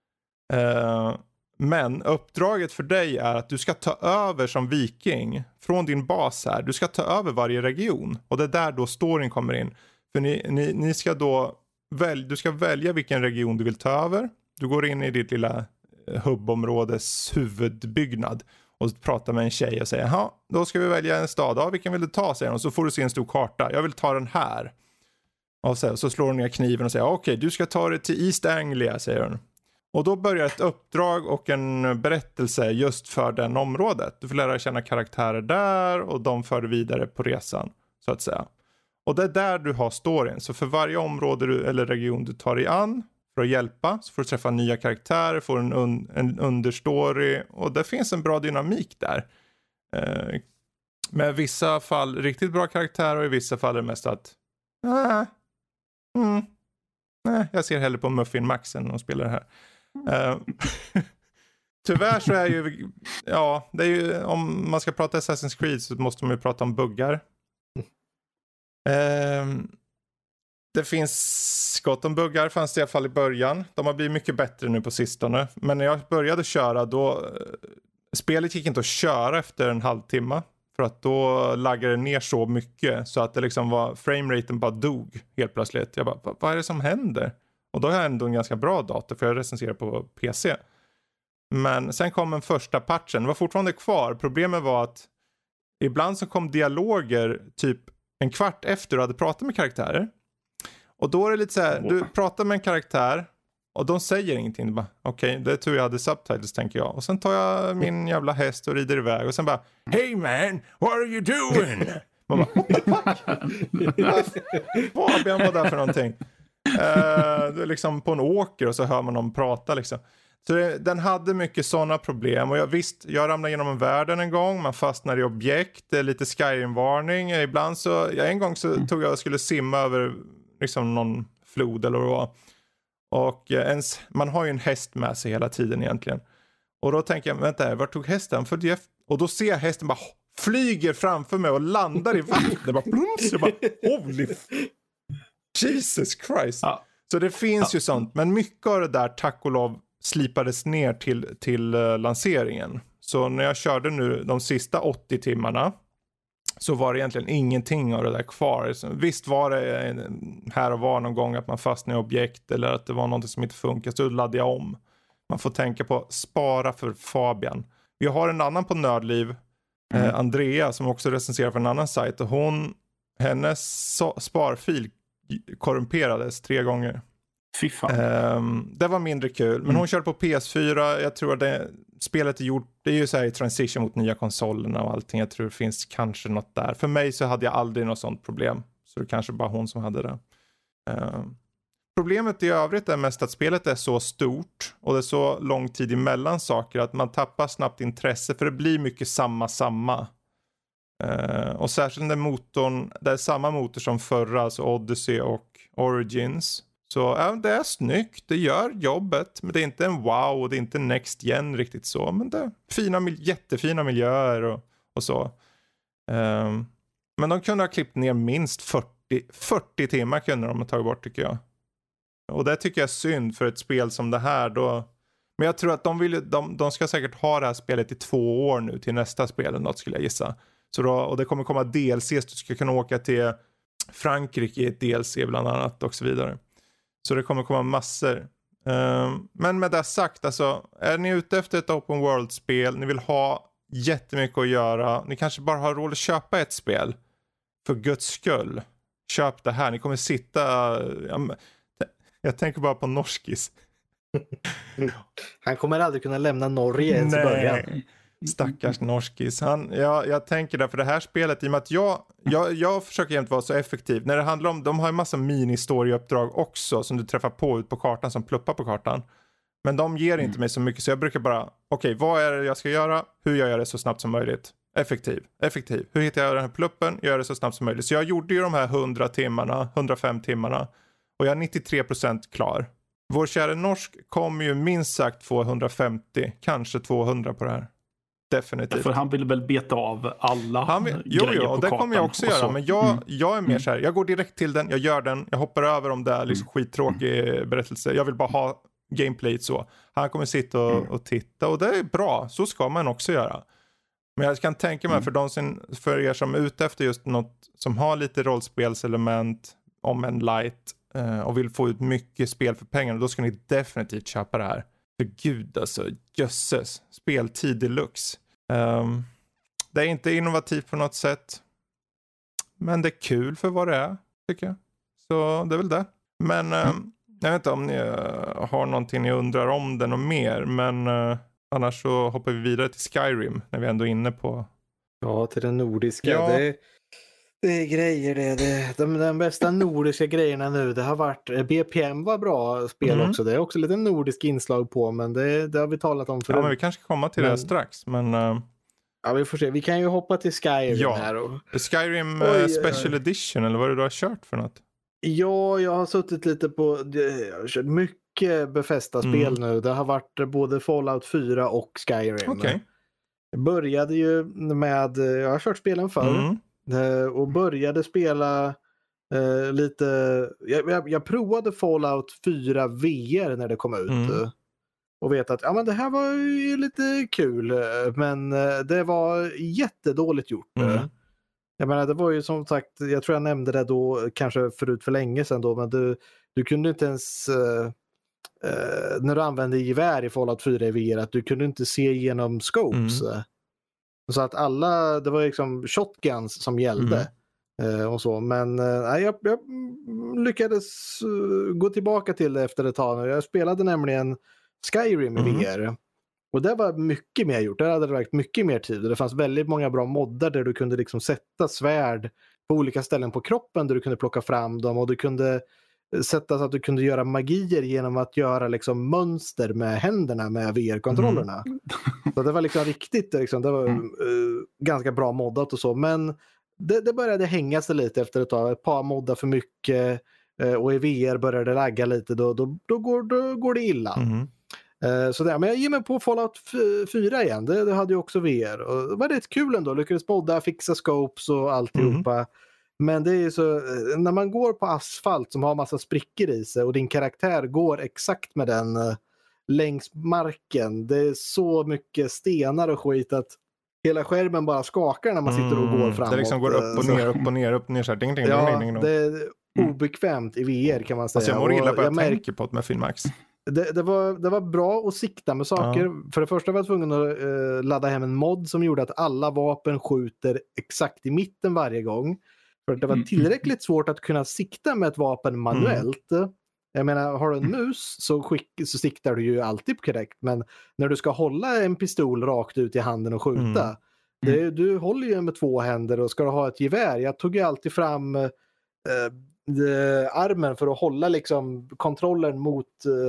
Men uppdraget för dig är att du ska ta över som viking från din bas här. Du ska ta över varje region. Och det är där då storyn kommer in. För ni ska då du ska välja vilken region du vill ta över. Du går in i ditt lilla hubbområdes huvudbyggnad och pratar med en tjej och säger, jaha, då ska vi välja en stad. Ja, vilken vill du ta, säger hon. Och så får du se en stor karta. Jag vill ta den här. Och så slår hon ner kniven och säger, okej, du ska ta det till East Anglia, säger hon. Och då börjar ett uppdrag och en berättelse just för den området. Du får lära känna karaktärer där och de för vidare på resan, så att säga. Och det är där du har storyn. Så för varje område eller region du tar dig an för att hjälpa, så får du träffa nya karaktärer, får en understory. Och det finns en bra dynamik där. Med vissa fall riktigt bra karaktärer och i vissa fall är det mest att jag ser hellre på Muffin Max än att spela det här. Tyvärr så är ju, ja, det är ju, om man ska prata Assassin's Creed så måste man ju prata om buggar. Det finns gott om buggar, fanns det i alla fall i början. De har blivit mycket bättre nu på sistone. Men när jag började köra då, spelet gick inte att köra efter en halvtimme. För att då laggade det ner så mycket så att det liksom var, frameraten bara dog helt plötsligt. Jag bara, vad är det som händer? Och då har jag ändå en ganska bra dator för jag recenserar på PC. Men sen kom en första patchen, det var fortfarande kvar. Problemet var att ibland så kom dialoger typ en kvart efter du hade pratat med karaktärer. Och då är det lite så här, du pratar med en karaktär och de säger ingenting. Okej, det är tur jag hade subtitles tänker jag. Och sen tar jag min jävla häst och rider iväg och sen bara, hey man, what are you doing? Man bara, Fabian var där för någonting. Det är liksom på en åker och så hör man dem prata liksom. Så den hade mycket sådana problem. Och jag ramlade genom en världen en gång. Man fastnar i objekt. Det är lite Skyrim-varning. Ibland så, en gång så tog jag och skulle simma över liksom någon flod eller vad det var. Och man har ju en häst med sig hela tiden egentligen. Och då tänker jag, vänta, var tog hästen? Och då ser jag hästen bara flyger framför mig och landar i vattnet. Bara plums, jag bara, holy Jesus Christ. Ja. Så det finns ju sånt. Men mycket av det där, tack och lov, slipades ner till lanseringen. Så när jag körde nu de sista 80 timmarna så var det egentligen ingenting av det där kvar. Så visst var det här och var någon gång att man fastnade i objekt eller att det var något som inte funkar, så laddade jag om. Man får tänka på spara för Fabian. Vi har en annan på Nördliv, Andrea, som också recenserar för en annan sajt, och hennes sparfil korrumperades 3 gånger. Fy fan. Det var mindre kul. Men hon körde på PS4. Jag tror att spelet är gjort. Det är ju så här i transition mot nya konsolerna och allting. Jag tror det finns kanske något där. För mig så hade jag aldrig något sånt problem. Så det kanske bara hon som hade det. Problemet i övrigt är mest att spelet är så stort. Och det är så lång tid emellan saker att man tappar snabbt intresse. För det blir mycket samma. Och särskilt när motorn, det är samma motor som förra. Alltså Odyssey och Origins. Så det är snyggt, det gör jobbet, men det är inte en wow och det är inte next gen riktigt så. Men det är jättefina miljöer och så. Men de kunde ha klippt ner minst 40 timmar kunde de ha tagit bort tycker jag. Och det tycker jag är synd för ett spel som det här. Men jag tror att de ska säkert ha det här spelet i 2 år nu till nästa spel eller något skulle jag gissa. Och det kommer komma DLC, du ska kunna åka till Frankrike i ett DLC bland annat och så vidare. Så det kommer komma massor. Men med det sagt, alltså, är ni ute efter ett open world-spel, ni vill ha jättemycket att göra, ni kanske bara har råd att köpa ett spel, för Guds skull, köp det här. Ni kommer sitta, jag tänker bara på Norskis. Han kommer aldrig kunna lämna Norge ens i början. Stackars Norskis. Jag tänker därför det här spelet, i och med att jag försöker jämt vara så effektiv. När det handlar om, de har en massa mini-story-uppdrag också som du träffar på ut på kartan, som pluppar på kartan. Men de ger inte mig så mycket, så jag brukar bara, okej, vad är det jag ska göra? Hur gör jag det så snabbt som möjligt? Effektiv. Hur hittar jag den här pluppen? Gör det så snabbt som möjligt. Så jag gjorde ju de här 105 timmarna. Och jag är 93% klar. Vår kära norsk kommer ju minst sagt få 150, kanske 200 på det här. Definitivt. För han vill väl beta av alla grejer Jo, på det kartan. kommer jag också göra. Men jag är mer så här, jag går direkt till den, jag gör den, jag hoppar över om det är liksom skittråkig berättelse. Jag vill bara ha gameplay så. Han kommer sitta och titta, och det är bra. Så ska man också göra. Men jag kan tänka mig för er som är ute efter just något som har lite rollspelselement, om en light, och vill få ut mycket spel för pengarna, då ska ni definitivt köpa det här. För gud alltså, jösses. Speltid deluxe. Det är inte innovativt på något sätt. Men det är kul för vad det är, tycker jag. Så det är väl det. Men jag vet inte om ni har någonting ni undrar om den och mer. Men annars så hoppar vi vidare till Skyrim, när vi ändå är inne på... Ja, till den nordiska. Ja. Det är grejer det. De bästa nordiska grejerna nu, det har varit, BPM var bra spel också. Det är också lite nordisk inslag på, men det har vi talat om förut. Ja, men vi kanske kommer till det strax, men... Ja, vi får se. Vi kan ju hoppa till Skyrim här. Skyrim Special Edition, eller vad är det du har kört för något? Ja, jag har suttit lite på, jag har kört mycket Bethesda-spel nu. Det har varit både Fallout 4 och Skyrim. Okej. Jag började ju med, jag har kört spelen förr och började spela lite, jag provade Fallout 4 VR när det kom ut. Och vet att men det här var ju lite kul, men det var jättedåligt gjort. Jag menar, det var ju som sagt, jag tror jag nämnde det då kanske förut för länge sedan då, men du kunde inte ens när du använde gevär i Fallout 4 i VR, att du kunde inte se igenom scopes. Så att det var liksom shotguns som gällde. Och så. Men jag lyckades gå tillbaka till det efter ett tag. Jag spelade nämligen Skyrim i VR. Och det var mycket mer gjort. Det hade varit mycket mer tid. Det fanns väldigt många bra moddar där du kunde liksom sätta svärd på olika ställen på kroppen där du kunde plocka fram dem. Och du kunde sätta så att du kunde göra magier genom att göra liksom mönster med händerna med VR-kontrollerna. Så det var liksom riktigt, liksom, det var ganska bra moddat och så. Men det började hänga sig lite efter ett tag. Ett par moddar för mycket och i VR började det lagga lite. Då går det illa. Så men jag ger mig på Fallout 4 igen. Det hade ju också VR. Och det var rätt kul ändå. Lyckades modda, fixa scopes och alltihopa. Men det är ju så, när man går på asfalt som har massa sprickor i sig och din karaktär går exakt med den längs marken. Det är så mycket stenar och skit att hela skärmen bara skakar när man sitter och går framåt. Det liksom går upp och ner, upp och ner, upp och ner. Så här. Ding, ding, ja, ding, ding, det är obekvämt i VR kan man säga. Alltså jag mår illa på att jag tänker på det med Filmax. Det var bra att sikta med saker. För det första var jag tvungen att ladda hem en mod som gjorde att alla vapen skjuter exakt i mitten varje gång. För det var tillräckligt svårt att kunna sikta med ett vapen manuellt. Jag menar, har du en mus så siktar du ju alltid korrekt. Men när du ska hålla en pistol rakt ut i handen och skjuta. Du håller ju med två händer och ska du ha ett gevär. Jag tog ju alltid fram armen för att hålla liksom kontrollen mot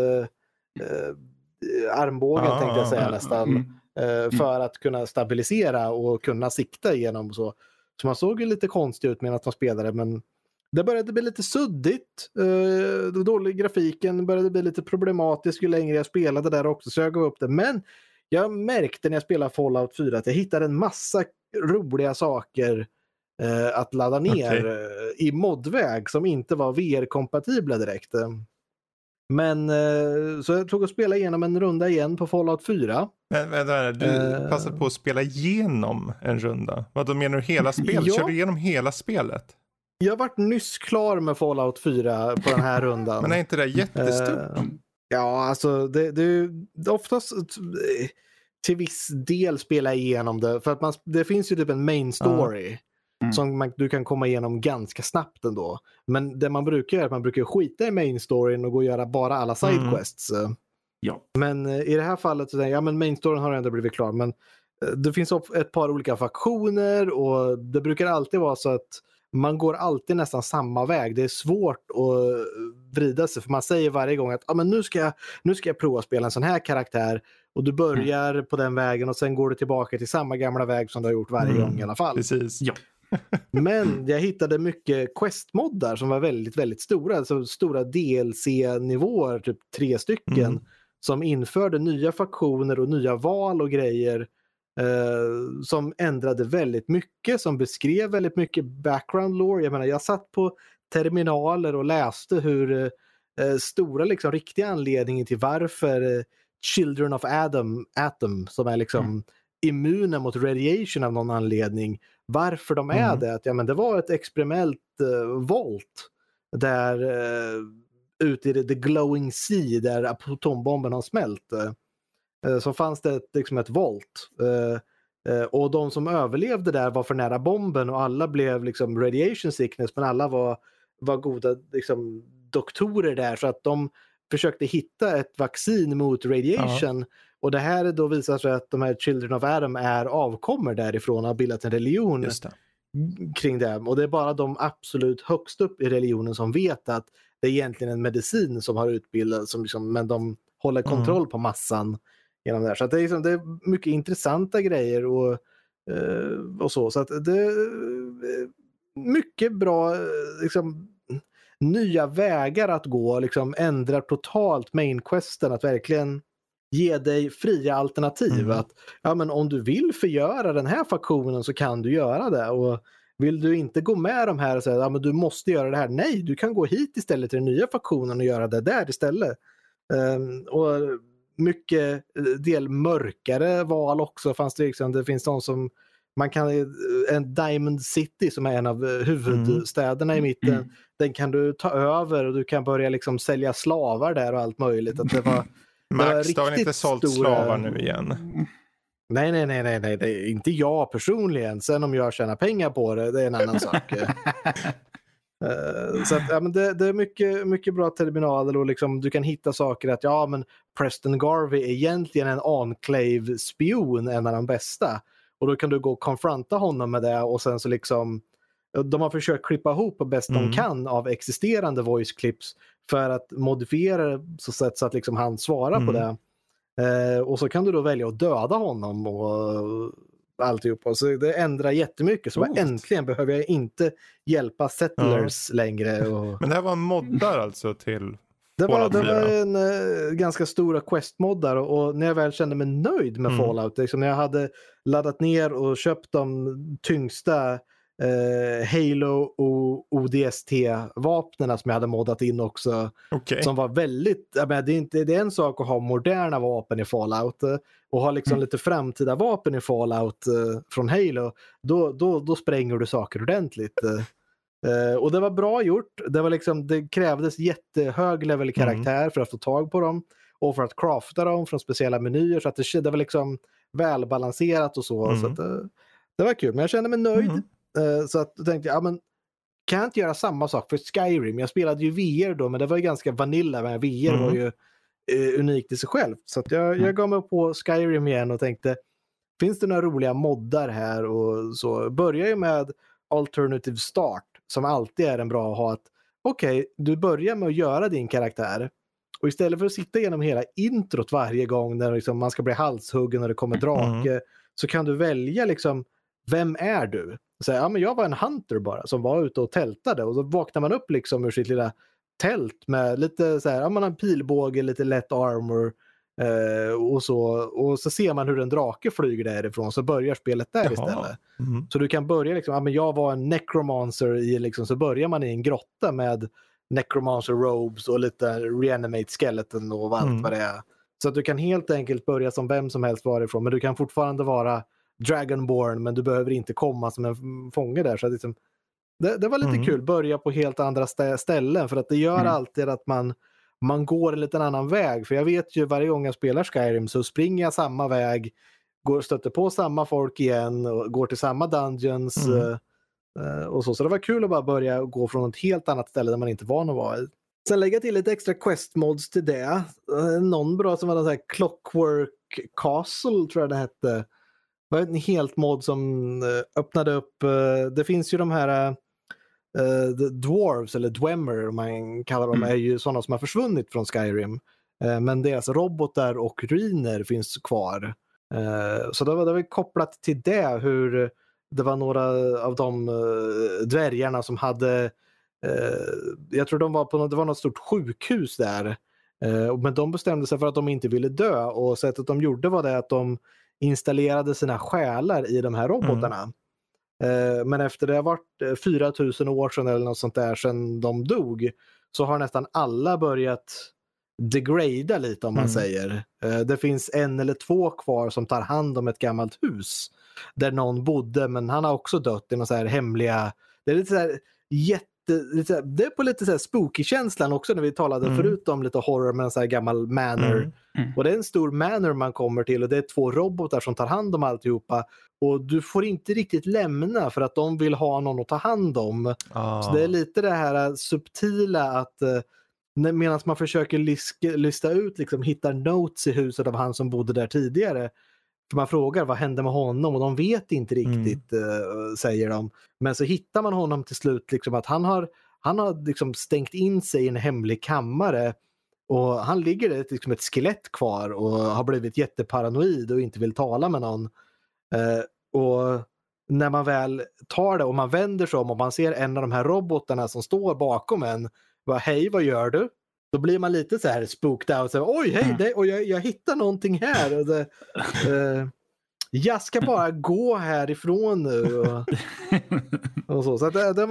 armbågen tänkte jag säga nästan. För att kunna stabilisera och kunna sikta igenom så. Så man såg ju lite konstigt ut med att de spelade, men det började bli lite suddigt. Dålig grafiken började bli lite problematisk ju längre jag spelade där också, så jag gav upp det. Men jag märkte när jag spelade Fallout 4 att jag hittade en massa roliga saker att ladda ner i modväg som inte var VR-kompatibla direkt. Men så jag tog och spelade igenom en runda igen på Fallout 4. Men du passade på att spela igenom en runda. Vad menar du hela spelet? Ja. Kör du igenom hela spelet? Jag varit nyss klar med Fallout 4 på den här rundan. Men är inte det jättestort? Ja, alltså det oftast till viss del spela igenom det. För att det finns ju typ en main story. Som du kan komma igenom ganska snabbt ändå. Men det man brukar göra är att man brukar skita i main storyn och gå och göra bara alla sidequests. Ja. Men i det här fallet så säger jag, men main storyn har ändå blivit klar. Men det finns ett par olika faktioner och det brukar alltid vara så att man går alltid nästan samma väg. Det är svårt att vrida sig för man säger varje gång att men nu ska jag prova att spela en sån här karaktär och du börjar på den vägen och sen går du tillbaka till samma gamla väg som du har gjort varje gång i alla fall. Precis. Ja. Men jag hittade mycket questmoddar som var väldigt, väldigt stora. Alltså stora DLC-nivåer, typ 3 stycken. Som införde nya faktioner och nya val och grejer. Som ändrade väldigt mycket. Som beskrev väldigt mycket background lore. Jag menar, jag satt på terminaler och läste hur stora, liksom, riktiga anledningen till varför Children of Atom som är liksom immuna mot radiation av någon anledning. Varför de är det? Att, men det var ett experiment volt där ute i the glowing sea där atombomben har smält. Så fanns det liksom ett volt. Och de som överlevde där var för nära bomben och alla blev liksom radiation sickness, men alla var goda liksom doktorer där så att de försökte hitta ett vaccin mot radiation. Och det här då visar sig att de här Children of Atom är avkommer därifrån och har bildat en religion kring det. Och det är bara de absolut högst upp i religionen som vet att det är egentligen en medicin som har utbildats, men de håller kontroll på massan genom det här. Så att det är mycket intressanta grejer och så. Så att det är mycket bra liksom, nya vägar att gå, liksom ändra totalt mainquesten, att verkligen ge dig fria alternativ. Att men om du vill förgöra den här faktionen så kan du göra det, och vill du inte gå med de här och säga men du måste göra det här, nej, du kan gå hit istället till den nya faktionen och göra det där istället. Och mycket del mörkare val också fanns det liksom. Det finns de som man kan, en Diamond City som är en av huvudstäderna i mitten, den kan du ta över och du kan börja liksom sälja slavar där och allt möjligt. Att det var Max, du har inte sålt slavar nu igen? Nej, det är inte jag personligen. Sen om jag tjänar pengar på det, det är en annan sak. Så att, men det är mycket, mycket bra terminaler, och liksom, du kan hitta saker att men Preston Garvey är egentligen en Enclave-spion, en av de bästa. Och då kan du gå och konfronta honom med det, och sen så liksom de har försökt klippa ihop på bäst de kan av existerande voice clips för att modifiera det så att liksom han svarar på det. Och så kan du då välja att döda honom och alltihopa. Så det ändrar jättemycket. Så äntligen behöver jag inte hjälpa settlers längre. Och... Men det här var moddar alltså till det var en ganska stora quest-moddar, och när jag väl kände mig nöjd med Fallout, liksom, när jag hade laddat ner och köpt de tyngsta Halo och ODST-vapnen som jag hade moddat in också, som var väldigt, det är en sak att ha moderna vapen i Fallout och ha liksom lite framtida vapen i Fallout från Halo, då spränger du saker ordentligt. Och det var bra gjort. Det var liksom, det krävdes jättehög level karaktär för att få tag på dem och för att crafta dem från speciella menyer, så att det var liksom välbalanserat och så, så att, det var kul, men jag kände mig nöjd. Så att då tänkte jag, kan jag inte göra samma sak för Skyrim? Jag spelade ju VR då, men det var ju ganska vanilla, men VR var ju unikt i sig själv. Så att jag gav mig på Skyrim igen och tänkte, finns det några roliga moddar här? Och så börjar ju med Alternative Start, som alltid är en bra att ha. Att du börjar med att göra din karaktär, och istället för att sitta igenom hela introt varje gång när liksom man ska bli halshuggen och det kommer drake, så kan du välja liksom, vem är du? Så men jag var en hunter bara som var ute och tältade, och så vaknar man upp liksom ur sitt lilla tält med lite så här, man har en pilbåge, lite lätt armor och så ser man hur en drake flyger därifrån, så börjar spelet där istället. Så du kan börja liksom, jag var en necromancer i liksom, så börjar man i en grotta med necromancer robes och lite reanimate skeleton och allt vad det är. Så att du kan helt enkelt börja som vem som helst varifrån, men du kan fortfarande vara Dragonborn, men du behöver inte komma som en fånge där. Så att liksom, det var lite kul, börja på helt andra ställen, för att det gör alltid att man går en liten annan väg. För jag vet ju, varje gång jag spelar Skyrim så springer jag samma väg, stöter på samma folk igen och går till samma dungeons och så. Så det var kul att bara börja gå från ett helt annat ställe där man inte var att vara i. Sen lägga till lite extra quest mods till det. Någon bra som var den så här Clockwork Castle, tror jag det hette. Det var en helt mod som öppnade upp, det finns ju de här dwarves eller dwemer om man kallar dem, är ju sådana som har försvunnit från Skyrim, men deras robotar och ruiner finns kvar, så det var kopplat till det, hur det var några av de dvärgarna som hade jag tror det var något stort sjukhus där, men de bestämde sig för att de inte ville dö, och sättet de gjorde var det att de installerade sina själar i de här robotarna. Men efter det har varit 4000 år sedan eller något sånt där sedan de dog, så har nästan alla börjat degrada lite, om man säger. Det finns 1 eller 2 kvar som tar hand om ett gammalt hus där någon bodde, men han har också dött i några så här hemliga, det är lite så här det är på lite så här spooky-känslan också, när vi talade förut om lite horror med en så här gammal manor. Och det är en stor manor man kommer till, och det är 2 robotar som tar hand om alltihopa, och du får inte riktigt lämna för att de vill ha någon att ta hand om. Så det är lite det här subtila att medan man försöker lista ut, liksom, hittar notes i huset av han som bodde där tidigare. För man frågar, vad hände med honom? Och de vet inte riktigt, säger de. Men så hittar man honom till slut, liksom, att han har liksom stängt in sig i en hemlig kammare. Och han ligger där liksom ett skelett kvar och har blivit jätteparanoid och inte vill tala med någon. Och när man väl tar det och man vänder sig om och man ser en av de här robotarna som står bakom en, Bara, hej, vad gör du? Då blir man lite så här spooked out. Så, oj, hej, och jag hittar någonting här. Och det, jag ska bara gå härifrån nu. Och så att den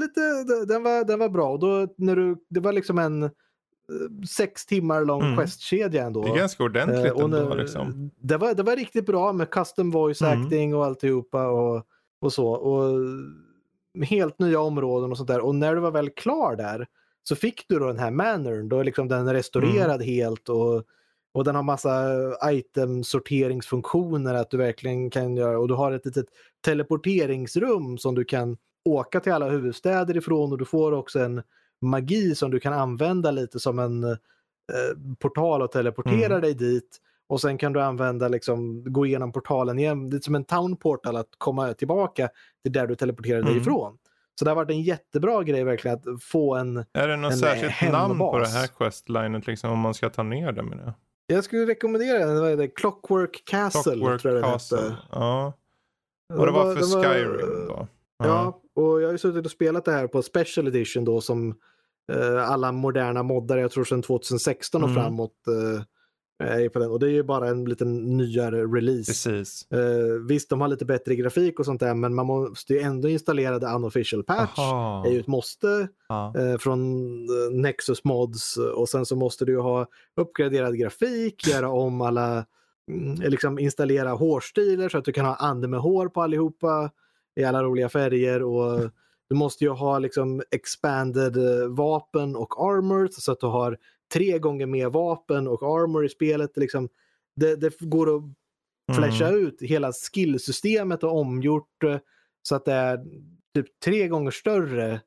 var bra. Och då, det var liksom en 6 timmar lång questkedja ändå. Det är ganska ordentligt ändå, liksom. Det var riktigt bra med custom voice acting och alltihopa och så. Och helt nya områden och sånt där. Och när du var väl klar där så fick du då den här manorn. Då är liksom den restaurerad helt och den har massa item-sorteringsfunktioner att du verkligen kan göra. Och du har ett litet teleporteringsrum som du kan åka till alla huvudstäder ifrån. Och du får också en magi som du kan använda lite som en portal och teleportera dig dit. Och sen kan du använda gå igenom portalen igen. Det är som en town portal att komma tillbaka till där du teleporterar dig ifrån. Så det har varit en jättebra grej verkligen att få en är det något särskilt namn på det här questlinet liksom, om man ska ta ner det med det? Jag skulle rekommendera det. Clockwork Castle. Clockwork tror jag Castle. Det hette. Ja. Och det var för Skyrim då? Ja, och jag har ju suttit och spelat det här på Special Edition då som alla moderna moddare, jag tror sedan 2016 och framåt är på den. Och det är ju bara en liten nyare release. Precis. Visst, de har lite bättre grafik och sånt där, men man måste ju ändå installera the unofficial patch. Det är ju ett måste från Nexus Mods. Och sen så måste du ha uppgraderad grafik, göra om alla installera hårstilar så att du kan ha anime-hår på allihopa i alla roliga färger, och du måste ju ha expanded vapen och armor så att du har 3 gånger mer vapen och armor i spelet. Det går att flasha ut hela skillsystemet och omgjort så att det är typ 3 gånger större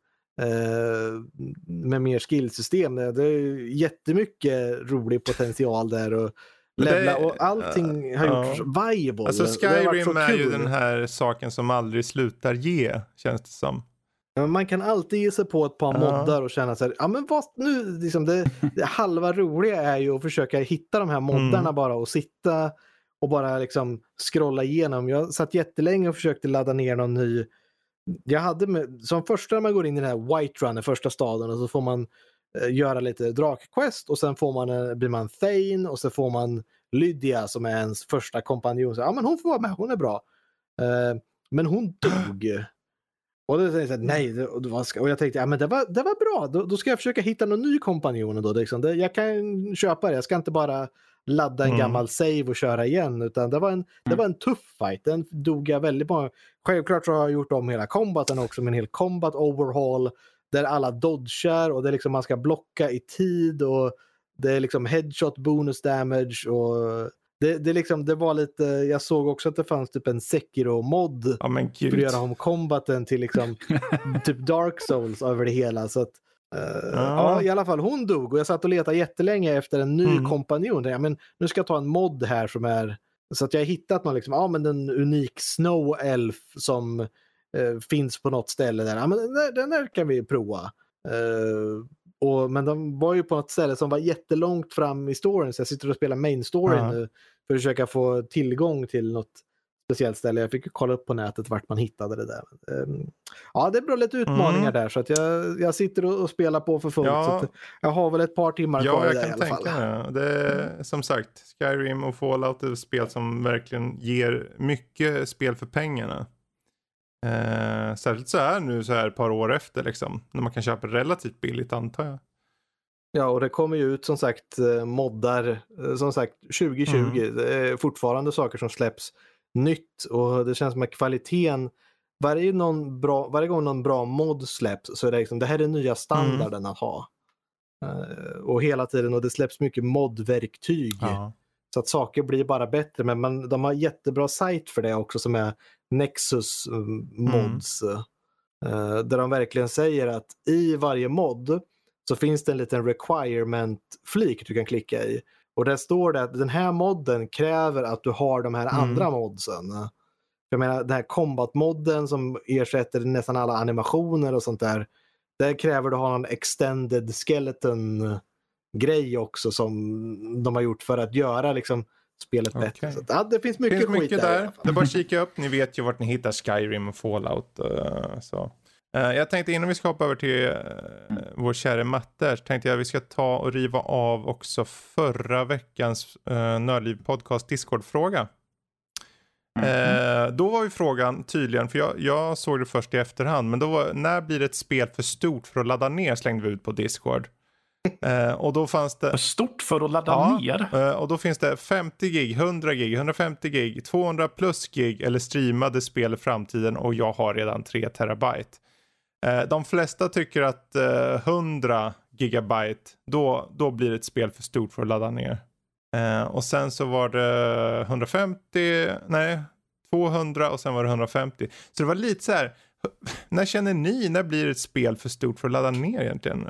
med mer skillsystem. Det är jättemycket rolig potential där och levla, och allting har gjorts viable. Alltså Skyrim är ju den här saken som aldrig slutar ge, känns det som. Man kan alltid ge sig på ett par moddar och känna så här, ja men vad nu, det halva roliga är ju att försöka hitta de här moddarna bara och sitta och bara scrolla igenom. Jag satt jättelänge och försökte ladda ner någon ny. Jag hade som första när man går in i den här Whiterun, den första staden, och så får man göra lite drakquest och sen blir man Thane och så får man Lydia som är ens första kompanjon. Ja men hon får vara med, hon är bra. Men hon dog. Och då tänkte jag nej, och jag tänkte, ja men det var bra, då ska jag försöka hitta någon ny kompanjon då. Jag kan köpa det, jag ska inte bara ladda en gammal save och köra igen, utan det var en tuff fight, den dog jag väldigt många. Självklart så har jag gjort om hela combaten också med en hel combat overhaul där alla dodgar och det är man ska blocka i tid och det är headshot bonus damage och det var lite, jag såg också att det fanns typ en Sekiro-mod för att göra om combaten till typ Dark Souls över det hela. Så att, ja, i alla fall hon dog och jag satt och letade jättelänge efter en ny kompanjon. Ja, men nu ska jag ta en mod här som är, så att jag har hittat någon men en unik Snow Elf som finns på något ställe där. Ja, men den där kan vi prova. Men de var ju på något ställe som var jättelångt fram i storyn, så jag sitter och spelar main storyn nu för att försöka få tillgång till något speciellt ställe. Jag fick kolla upp på nätet vart man hittade det där. Ja, det är bra lite utmaningar där, så att jag sitter och spelar på för fullt. Så att jag har väl ett par timmar kvar där i alla fall. Det är, som sagt, Skyrim och Fallout är spel som verkligen ger mycket spel för pengarna. Särskilt så här ett par år efter när man kan köpa relativt billigt, antar jag. Ja, och det kommer ju ut som sagt moddar som sagt 2020. Det är fortfarande saker som släpps nytt och det känns som att kvaliteten varje gång någon bra mod släpps så är det här är nya standarden att ha. Och hela tiden, och det släpps mycket modverktyg. Så att saker blir bara bättre, men de har jättebra sajt för det också som är Nexus mods. Där de verkligen säger att i varje mod så finns det en liten requirement-flik du kan klicka i. Och där står det att den här modden kräver att du har de här andra modsen. Jag menar, den här combat-modden som ersätter nästan alla animationer och sånt där. Där kräver du att ha någon extended skeleton-grej också som de har gjort för att göra spelet bättre. Så att, det finns mycket skit där. Det är bara att kika upp. Ni vet ju vart ni hittar Skyrim och Fallout. Så. Jag tänkte innan vi ska hoppa över till vår kära Matte, så tänkte jag att vi ska ta och riva av också förra veckans Nördliv podcast Discord-fråga. Då var ju frågan tydligen, för jag såg det först i efterhand, men då var, när blir ett spel för stort för att ladda ner, slängde vi ut på Discord. Och då fanns det... För stort för att ladda ner? Och då finns det 50 gig, 100 gig, 150 gig, 200 plus gig eller streamade spel i framtiden, och jag har redan 3 terabyte. De flesta tycker att 100 gigabyte, då blir ett spel för stort för att ladda ner. Och sen så var det 200 och sen var det 150. Så det var lite så här, när känner ni, när blir ett spel för stort för att ladda ner egentligen?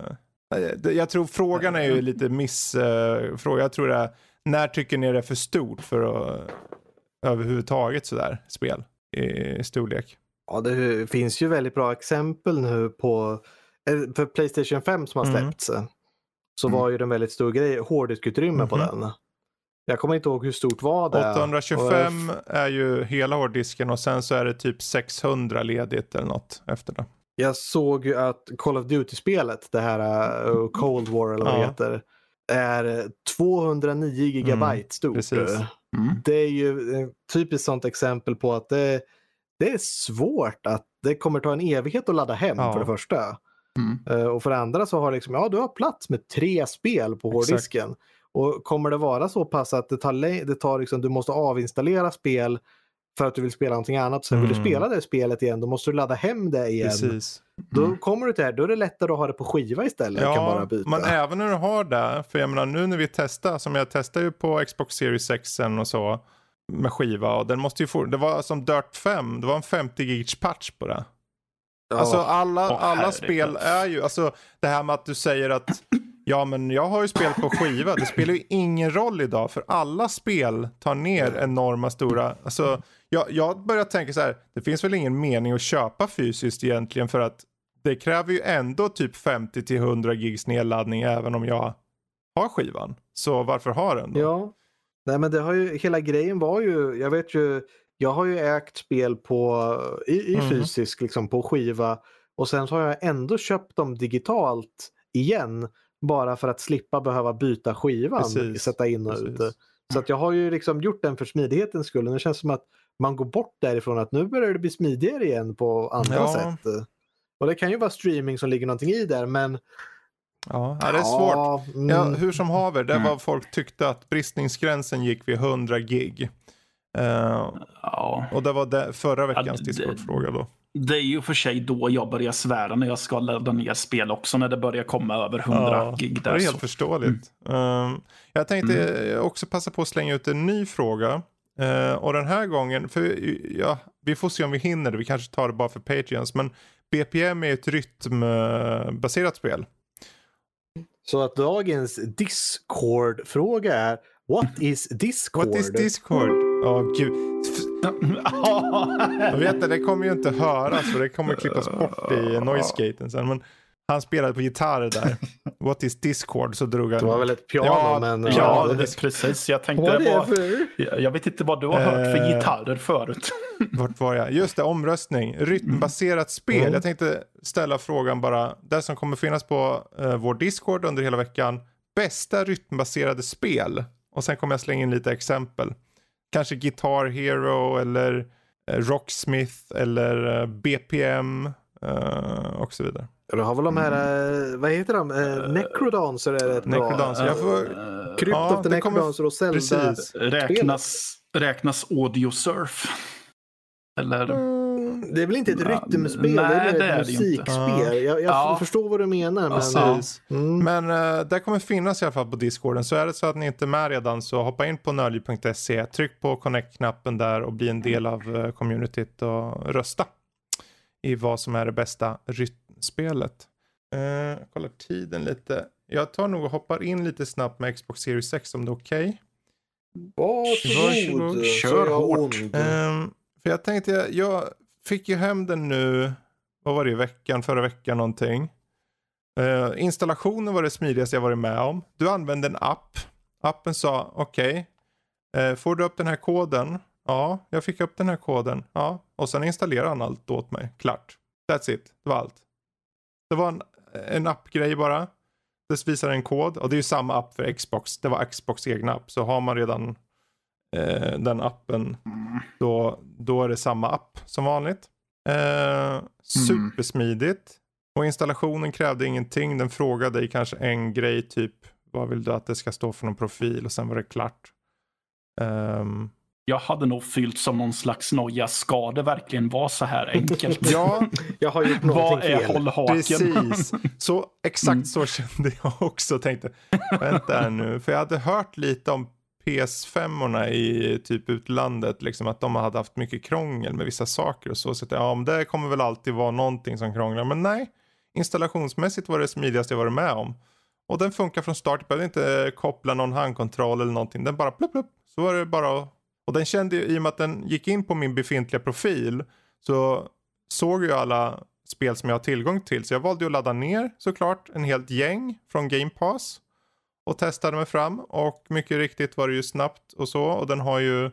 Jag tror frågan är ju lite missfråga. Jag tror det är, när tycker ni det är för stort för att överhuvudtaget sådär spel i storlek? Ja, det finns ju väldigt bra exempel nu på, för PlayStation 5 som har släppts. Så var ju det en väldigt stor grej, hårddiskutrymme på den. Jag kommer inte ihåg hur stort var det. 825 är ju hela hårddisken, och sen så är det typ 600 ledigt eller något efter det. Jag såg ju att Call of Duty-spelet, det här Cold War eller vad det heter, är 209 gigabyte stort. Precis. Det är ju ett typiskt sånt exempel på att det är svårt, att det kommer ta en evighet att ladda hem för det första. Och för det andra så har liksom, du har plats med 3 spel på hårddisken. Och kommer det vara så pass att det tar liksom, du måste avinstallera spel för att du vill spela någonting annat. Sen vill du spela det spelet igen, då måste du ladda hem det igen. Precis. Då kommer du till det här, då är det lättare att ha det på skiva istället. Ja, kan bara byta. Men även när du har det, för jag menar nu när vi testar, som jag testar ju på Xbox Series X och så med skiva, och den måste ju få, det var som Dirt 5, det var en 50 gigs patch på det. Alltså alla spel är ju, alltså det här med att du säger att ja, men jag har ju spel på skiva, det spelar ju ingen roll idag, för alla spel tar ner enorma stora, alltså jag börjar tänka så här, det finns väl ingen mening att köpa fysiskt egentligen, för att det kräver ju ändå typ 50-100 gigs nedladdning även om jag har skivan. Så varför har den då? Ja, nej men det har ju, hela grejen var ju, jag vet ju, jag har ju ägt spel på i fysisk liksom på skiva, och sen så har jag ändå köpt dem digitalt igen bara för att slippa behöva byta skivan, sätta in och ut. Så att jag har ju liksom gjort den för smidighetens skull, och det känns som att man går bort därifrån, att nu börjar det bli smidigare igen på andra sätt. Och det kan ju vara streaming som ligger någonting i där, men ja, det är svårt. Ja, hur som haver, det var folk tyckte att bristningsgränsen gick vid 100 gig. Och det var det förra veckans Discord-fråga då. Det är ju för sig då jag börjar svära när jag ska ladda ner spel också, när det börjar komma över 100 gig där. Det är helt förståeligt. Jag tänkte också passa på att slänga ut en ny fråga. Och den här gången, för vi får se om vi hinner det, vi kanske tar det bara för Patreons, men BPM är ett rytmbaserat spel. Så att dagens Discord-fråga är, what is Discord? What is Discord? Gud. Jag vet att det kommer ju inte höras, för det kommer klippas bort i noise-gaten sen, men han spelade på gitarr där. What is Discord? Så drog han. Det var väl ett piano, men... Ja, precis. Jag tänkte jag vet inte vad du har hört för gitarrer förut. Vart var jag? Just det, omröstning. Rytmbaserat spel. Jag tänkte ställa frågan bara. Det som kommer finnas på vår Discord under hela veckan. Bästa rytmbaserade spel. Och sen kommer jag slänga in lite exempel. Kanske Guitar Hero eller Rocksmith eller BPM och så vidare. Du har väl de här, vad heter de? Necrodancer är det Necrodancer. Jag får... Crypt of the Necrodancer och Zelda. Precis. Räknas Audiosurf? Eller... Det är väl inte ett rytmspel, det är väl ett musikspel. Jag förstår vad du menar. Men det kommer finnas i alla fall på Discorden. Så är det så att ni inte är med redan, så hoppa in på nördliv.se. Tryck på connect-knappen där och bli en del av communityt och rösta i vad som är det bästa rytmspelet. Kolla tiden lite. Jag tar nog och hoppar in lite snabbt med Xbox Series 6 om det är okej. Varsågod. Kör hårt. För jag tänkte, jag fick ju hem den nu, vad var det, förra veckan någonting. Installationen var det smidigaste jag varit med om. Du använde en app. Appen sa, okej, får du upp den här koden? Ja, jag fick upp den här koden. Ja, och sen installerar han allt åt mig. Klart. That's it. Det var allt. Det var en appgrej bara. Det visar en kod. Och det är ju samma app för Xbox. Det var Xbox egna app. Så har man redan den appen. Då är det samma app som vanligt. Supersmidigt. Och installationen krävde ingenting. Den frågade dig kanske en grej. Typ vad vill du att det ska stå för någon profil. Och sen var det klart. Jag hade nog fyllt som någon slags noja. Ska det verkligen vara så här enkelt? Ja, jag har gjort någonting fel. Vad är hållhaken? Precis. Så exakt så kände jag också. Tänkte, vänta här nu. För jag hade hört lite om PS5-orna i typ utlandet. Liksom att de hade haft mycket krångel med vissa saker och så. Så att, ja, men det kommer väl alltid vara någonting som krånglar. Men nej, installationsmässigt var det smidigaste jag varit med om. Och den funkar från start. Jag behövde inte koppla någon handkontroll eller någonting. Den bara plupp. Så var det bara. Och den kände ju, i och med att den gick in på min befintliga profil, så såg ju alla spel som jag har tillgång till. Så jag valde att ladda ner såklart en helt gäng från Game Pass. Och testade mig fram. Och mycket riktigt var det ju snabbt och så. Och den har ju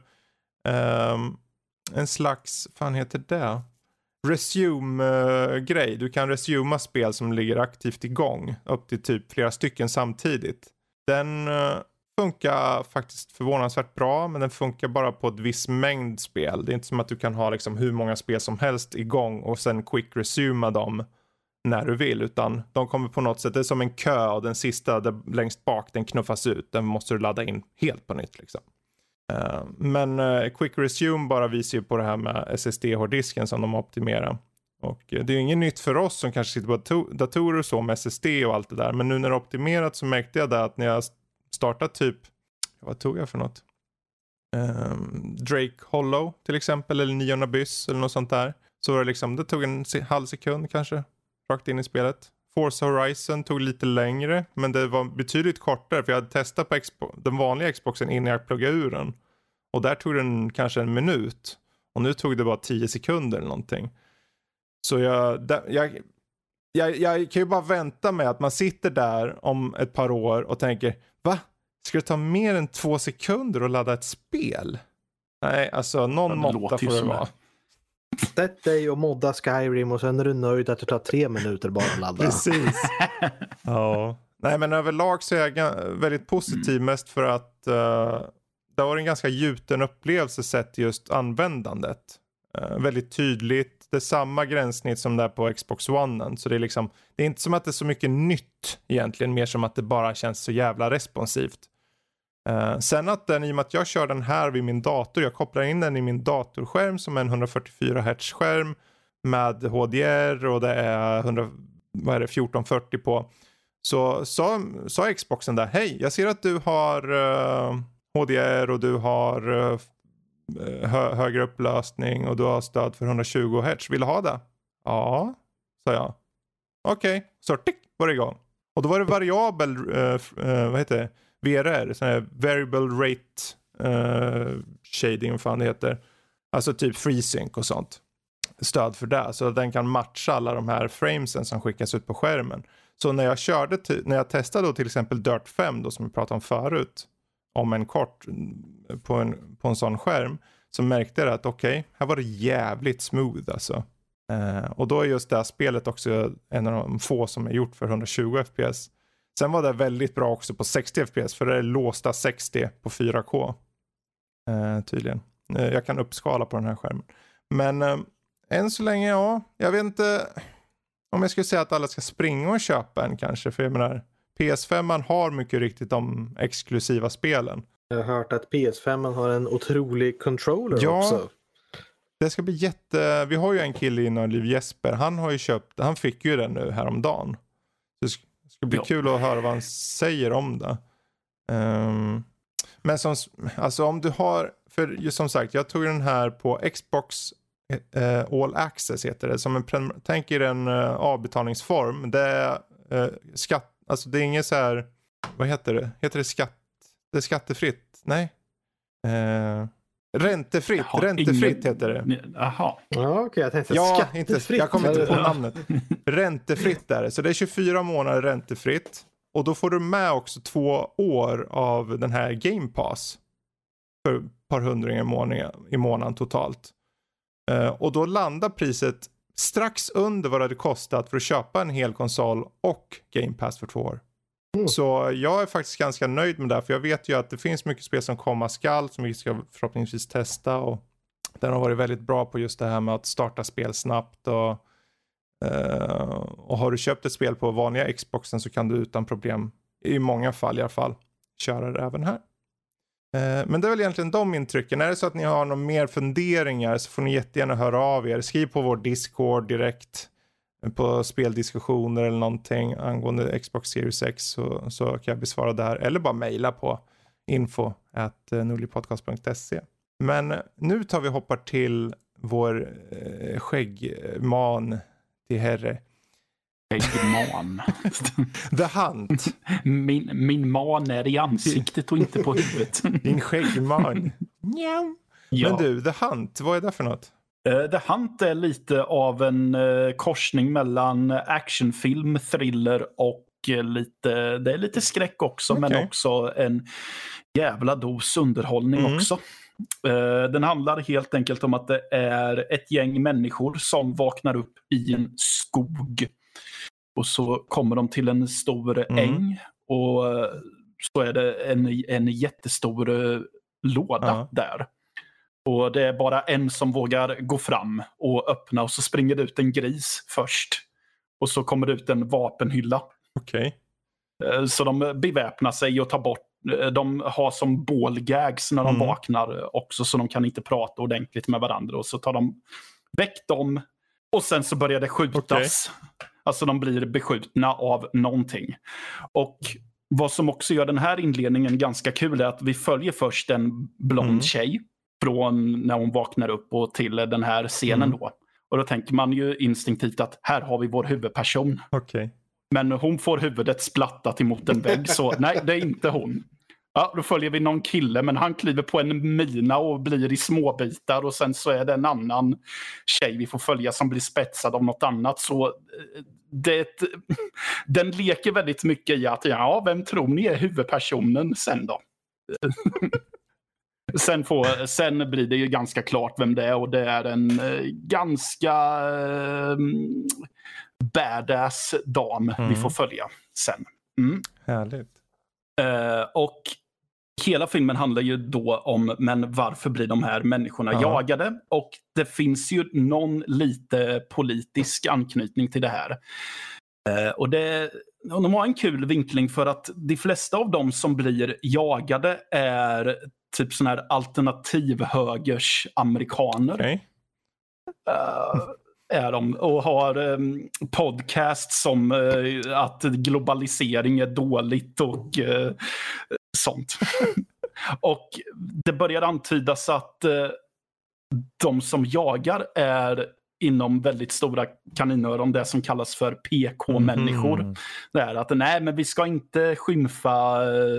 en slags, fan heter det? Resume-grej. Du kan resuma spel som ligger aktivt igång. Upp till typ flera stycken samtidigt. Den funkar faktiskt förvånansvärt bra. Men den funkar bara på ett viss mängd spel. Det är inte som att du kan ha liksom hur många spel som helst igång. Och sen quick resuma dem när du vill. Utan de kommer på något sätt. Det är som en kö. Och den sista där längst bak, den knuffas ut. Den måste du ladda in helt på nytt liksom. Men Quick Resume bara visar ju på det här med SSD-hårddisken som de optimerar. Och det är ju inget nytt för oss som kanske sitter på datorer och så med SSD och allt det där. Men nu när det är optimerat så märkte jag det att när jag startade typ, vad tog jag för något? Drake Hollow till exempel, eller Neon Abyss eller något sånt där. Så var det liksom, det tog en halv sekund kanske rakt in i spelet. Forza Horizon tog lite längre, men det var betydligt kortare för jag hade testat på den vanliga Xboxen innan jag pluggade ur den. Och där tog den kanske en minut. Och nu tog det bara 10 sekunder eller någonting. Så jag kan ju bara vänta med att man sitter där om ett par år och tänker, va? Ska det ta mer än 2 sekunder att ladda ett spel? Nej, alltså någon måtta får det vara. Sätt dig och modda Skyrim och sen är du nöjd att det tar 3 minuter bara att ladda. Precis. Ja. Nej, men överlag så är jag väldigt positiv mest för att det var en ganska gjuten upplevelse sett just användandet. Väldigt tydligt. Det är samma gränssnitt som där på Xbox One. Så det är liksom, det är inte som att det är så mycket nytt egentligen, mer som att det bara känns så jävla responsivt. Sen att den, i och med att jag kör den här vid min dator, jag kopplar in den i min datorskärm som är en 144 Hz skärm med HDR och det är 1440 på. Så sa Xboxen där, hej, jag ser att du har HDR och du har högre upplösning och du har stöd för 120 Hz. Vill du ha det? Ja, sa jag. Okej, så tick var det igång. Och då var det variabel, vad heter det? VRR, sån här variable rate shading, vad fan det heter. Alltså typ FreeSync och sånt. Stöd för det. Så att den kan matcha alla de här framesen som skickas ut på skärmen. Så när jag testade då till exempel Dirt 5 då, som vi pratade om förut, om en kort på en sån skärm, så märkte jag att okej, här var det jävligt smooth alltså. Och då är just det här spelet också en av de få som är gjort för 120 fps. Sen var det väldigt bra också på 60 fps, för det är låsta 60 på 4K. Tydligen. Jag kan uppskala på den här skärmen. Men än så länge, ja. Jag vet inte om jag skulle säga att alla ska springa och köpa en kanske. För jag menar, PS5 har mycket riktigt de exklusiva spelen. Jag har hört att PS5 har en otrolig controller också. Det ska bli Vi har ju en kille i Norrliv, Jesper. Han har ju köpt, han fick ju den nu häromdagen. Så det ska bli kul att höra vad han säger om det. Men alltså om du har, för som sagt, jag tog den här på Xbox All Access heter det. Som tänk er en avbetalningsform. Det är skatt, alltså det är inget så här, vad heter det? Heter det skatt? Det är skattefritt? Nej. Räntefritt. Räntefritt heter det. Jaha. Ja, okej, jag tänkte skattefritt. Jag kommer inte på namnet. Räntefritt är det. Så det är 24 månader räntefritt. Och då får du med också 2 år av den här Game Pass. För ett par hundringar i månaden totalt. Och då landar priset strax under vad det hade kostat för att köpa en hel konsol och Game Pass för 2 år. Så jag är faktiskt ganska nöjd med det, för jag vet ju att det finns mycket spel som komma skall som vi ska förhoppningsvis testa, och den har varit väldigt bra på just det här med att starta spel snabbt, och har du köpt ett spel på vanliga Xboxen så kan du utan problem, i många fall i alla fall, köra det även här. Men det är väl egentligen de intrycken. Är det så att ni har några mer funderingar så får ni jättegärna höra av er. Skriv på vår Discord direkt på speldiskussioner eller någonting angående Xbox Series X, så kan jag besvara det här. Eller bara mejla på info@nullypodcast.se. Men nu tar vi hoppar till vår skäggman till herre. Skäggman. The Hunt. Min man är i ansiktet och inte på huvudet. Din skäggman. Ja. Men du, The Hunt, vad är det för något? The Hunt är lite av en korsning mellan actionfilm, thriller och det är lite skräck också, men också en jävla dos underhållning också. Den handlar helt enkelt om att det är ett gäng människor som vaknar upp i en skog. Och så kommer de till en stor äng, och så är det en jättestor låda där. Och det är bara en som vågar gå fram och öppna, och så springer det ut en gris först. Och så kommer det ut en vapenhylla. Okej. Så de beväpnar sig och tar bort. De har som bålgags när de vaknar också, så de kan inte prata ordentligt med varandra. Och så tar de väck dem, och sen så börjar det skjutas. Alltså de blir beskjutna av någonting. Och vad som också gör den här inledningen ganska kul är att vi följer först en blond tjej från när hon vaknar upp och till den här scenen då. Och då tänker man ju instinktivt att här har vi vår huvudperson. Men hon får huvudet splattat emot en vägg, så nej, det är inte hon. Ja, då följer vi någon kille, men han kliver på en mina och blir i småbitar, och sen så är det en annan tjej vi får följa som blir spetsad av något annat. Så den leker väldigt mycket i att vem tror ni är huvudpersonen sen då? Sen blir det ju ganska klart vem det är, och det är en ganska badass dam vi får följa sen. Härligt. Och hela filmen handlar ju då om, men varför blir de här människorna jagade? Och det finns ju någon lite politisk anknytning till det här. Och de har en kul vinkling, för att de flesta av dem som blir jagade är typ sån här alternativhögers amerikaner. Är de, och har podcast som att globalisering är dåligt och sånt. Och det börjar antydas att de som jagar är inom väldigt stora kaninöron, det som kallas för PK-människor. Det är att nej, men vi ska inte skymfa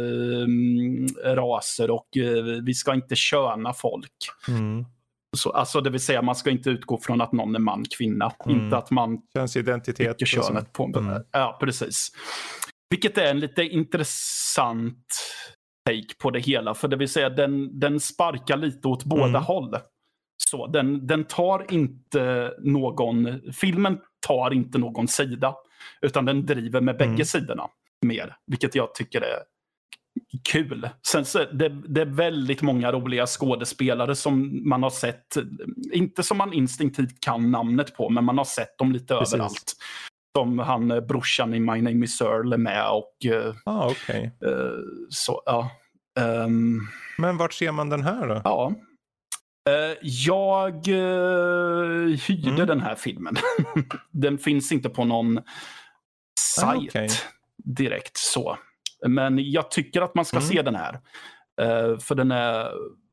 raser, och vi ska inte köna folk. Så, alltså det vill säga, man ska inte utgå från att någon är man, kvinna. Inte att man könsidentitet könet på. Ja, precis. Vilket är en lite intressant take på det hela. För det vill säga, den sparkar lite åt båda håll. Så den tar inte filmen tar inte någon sida, utan den driver med bägge sidorna mer. Vilket jag tycker är kul. Sen så det är väldigt många roliga skådespelare som man har sett, inte som man instinktivt kan namnet på, men man har sett dem lite överallt. Som han brorsan i My Name is Earl är med, och så ja. Men vart ser man den här då? Ja. Jag hyrde den här filmen. Den finns inte på någon sajt direkt så. Men jag tycker att man ska se den här. För den är...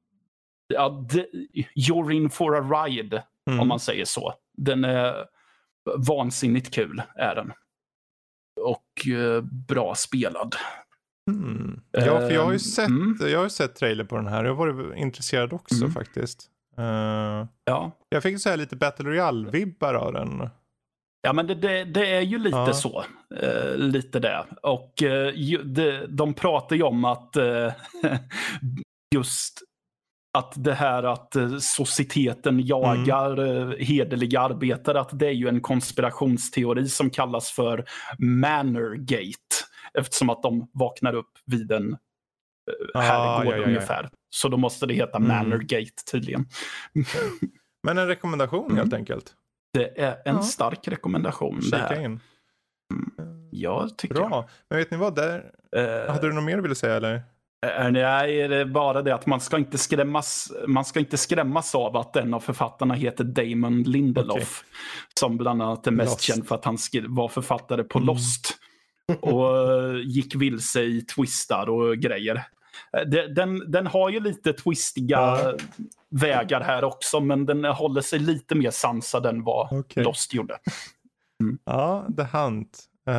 you're in for a ride, om man säger så. Den är vansinnigt kul, är den. Och bra spelad. Ja, för jag har ju sett trailer på den här. Jag har varit intresserad också faktiskt. Jag fick så här lite Battle Royale-vibbar av den. Ja, men det är ju lite så. Lite det. Och de pratar ju om att just att det här att societeten jagar hederliga arbetare, att det är ju en konspirationsteori som kallas för Manorgate, eftersom att de vaknar upp vid en herrgård ungefär. Så då måste det heta Manorgate tydligen. Men en rekommendation helt enkelt. Det är en stark rekommendation. Kika in. Jag tycker. Bra. Men vet ni vad? Hade du något mer du ville säga eller? Nej, det är bara det att man ska inte skrämmas av att en av författarna heter Damon Lindelof. Som bland annat är mest känd för att han var författare på Lost. Och gick vilse i twistar och grejer. Den har ju lite twistiga vägar här också, men den håller sig lite mer sansad än vad Lost gjorde. Ja, The Hunt.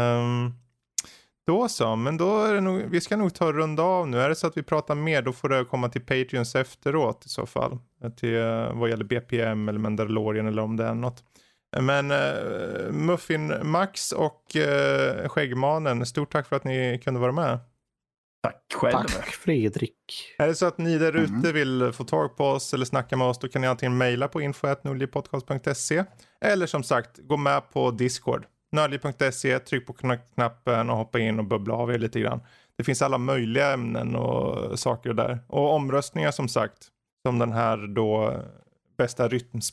Då så, men då är det nog, vi ska nog ta och runda av nu. Är det så att vi pratar mer, då får det komma till Patreons efteråt i så fall. Till vad gäller BPM eller Mandalorian eller om det är något. Men Muffin Max och Skäggmanen, stort tack för att ni kunde vara med. Tack själv. Tack Fredrik. Är det så att ni där ute vill få tag på oss eller snacka med oss, då kan ni antingen mejla på info@nordlypodcast.se eller som sagt, gå med på Discord. Nördliv.se, tryck på knappen och hoppa in och bubbla av er lite grann. Det finns alla möjliga ämnen och saker där. Och omröstningar som sagt, som den här då bästa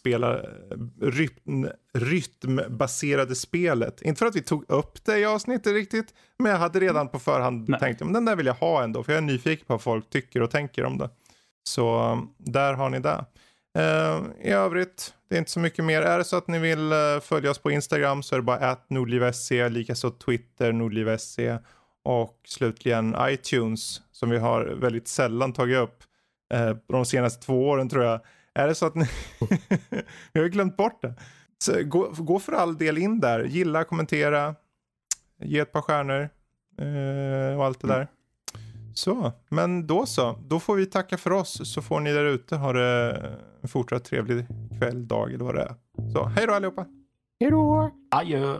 rytmbaserade spelet. Inte för att vi tog upp det i avsnittet riktigt, men jag hade redan på förhand tänkt, men den där vill jag ha ändå, för jag är nyfiken på vad folk tycker och tänker om det. Så där har ni det. I övrigt, det är inte så mycket mer. Är det så att ni vill följa oss på Instagram så är det bara @nordliv.se, likaså Twitter nordliv.se och slutligen iTunes som vi har väldigt sällan tagit upp de senaste 2 åren tror jag. Är det så att ni jag har glömt bort det. Så gå för all del in där. Gilla, kommentera, ge ett par stjärnor och allt det där. Så, men då så. Då får vi tacka för oss, så får ni där ute ha det en fortsatt trevlig kväll, dag eller vad det är. Så, hej då allihopa! Hej då! Adjö!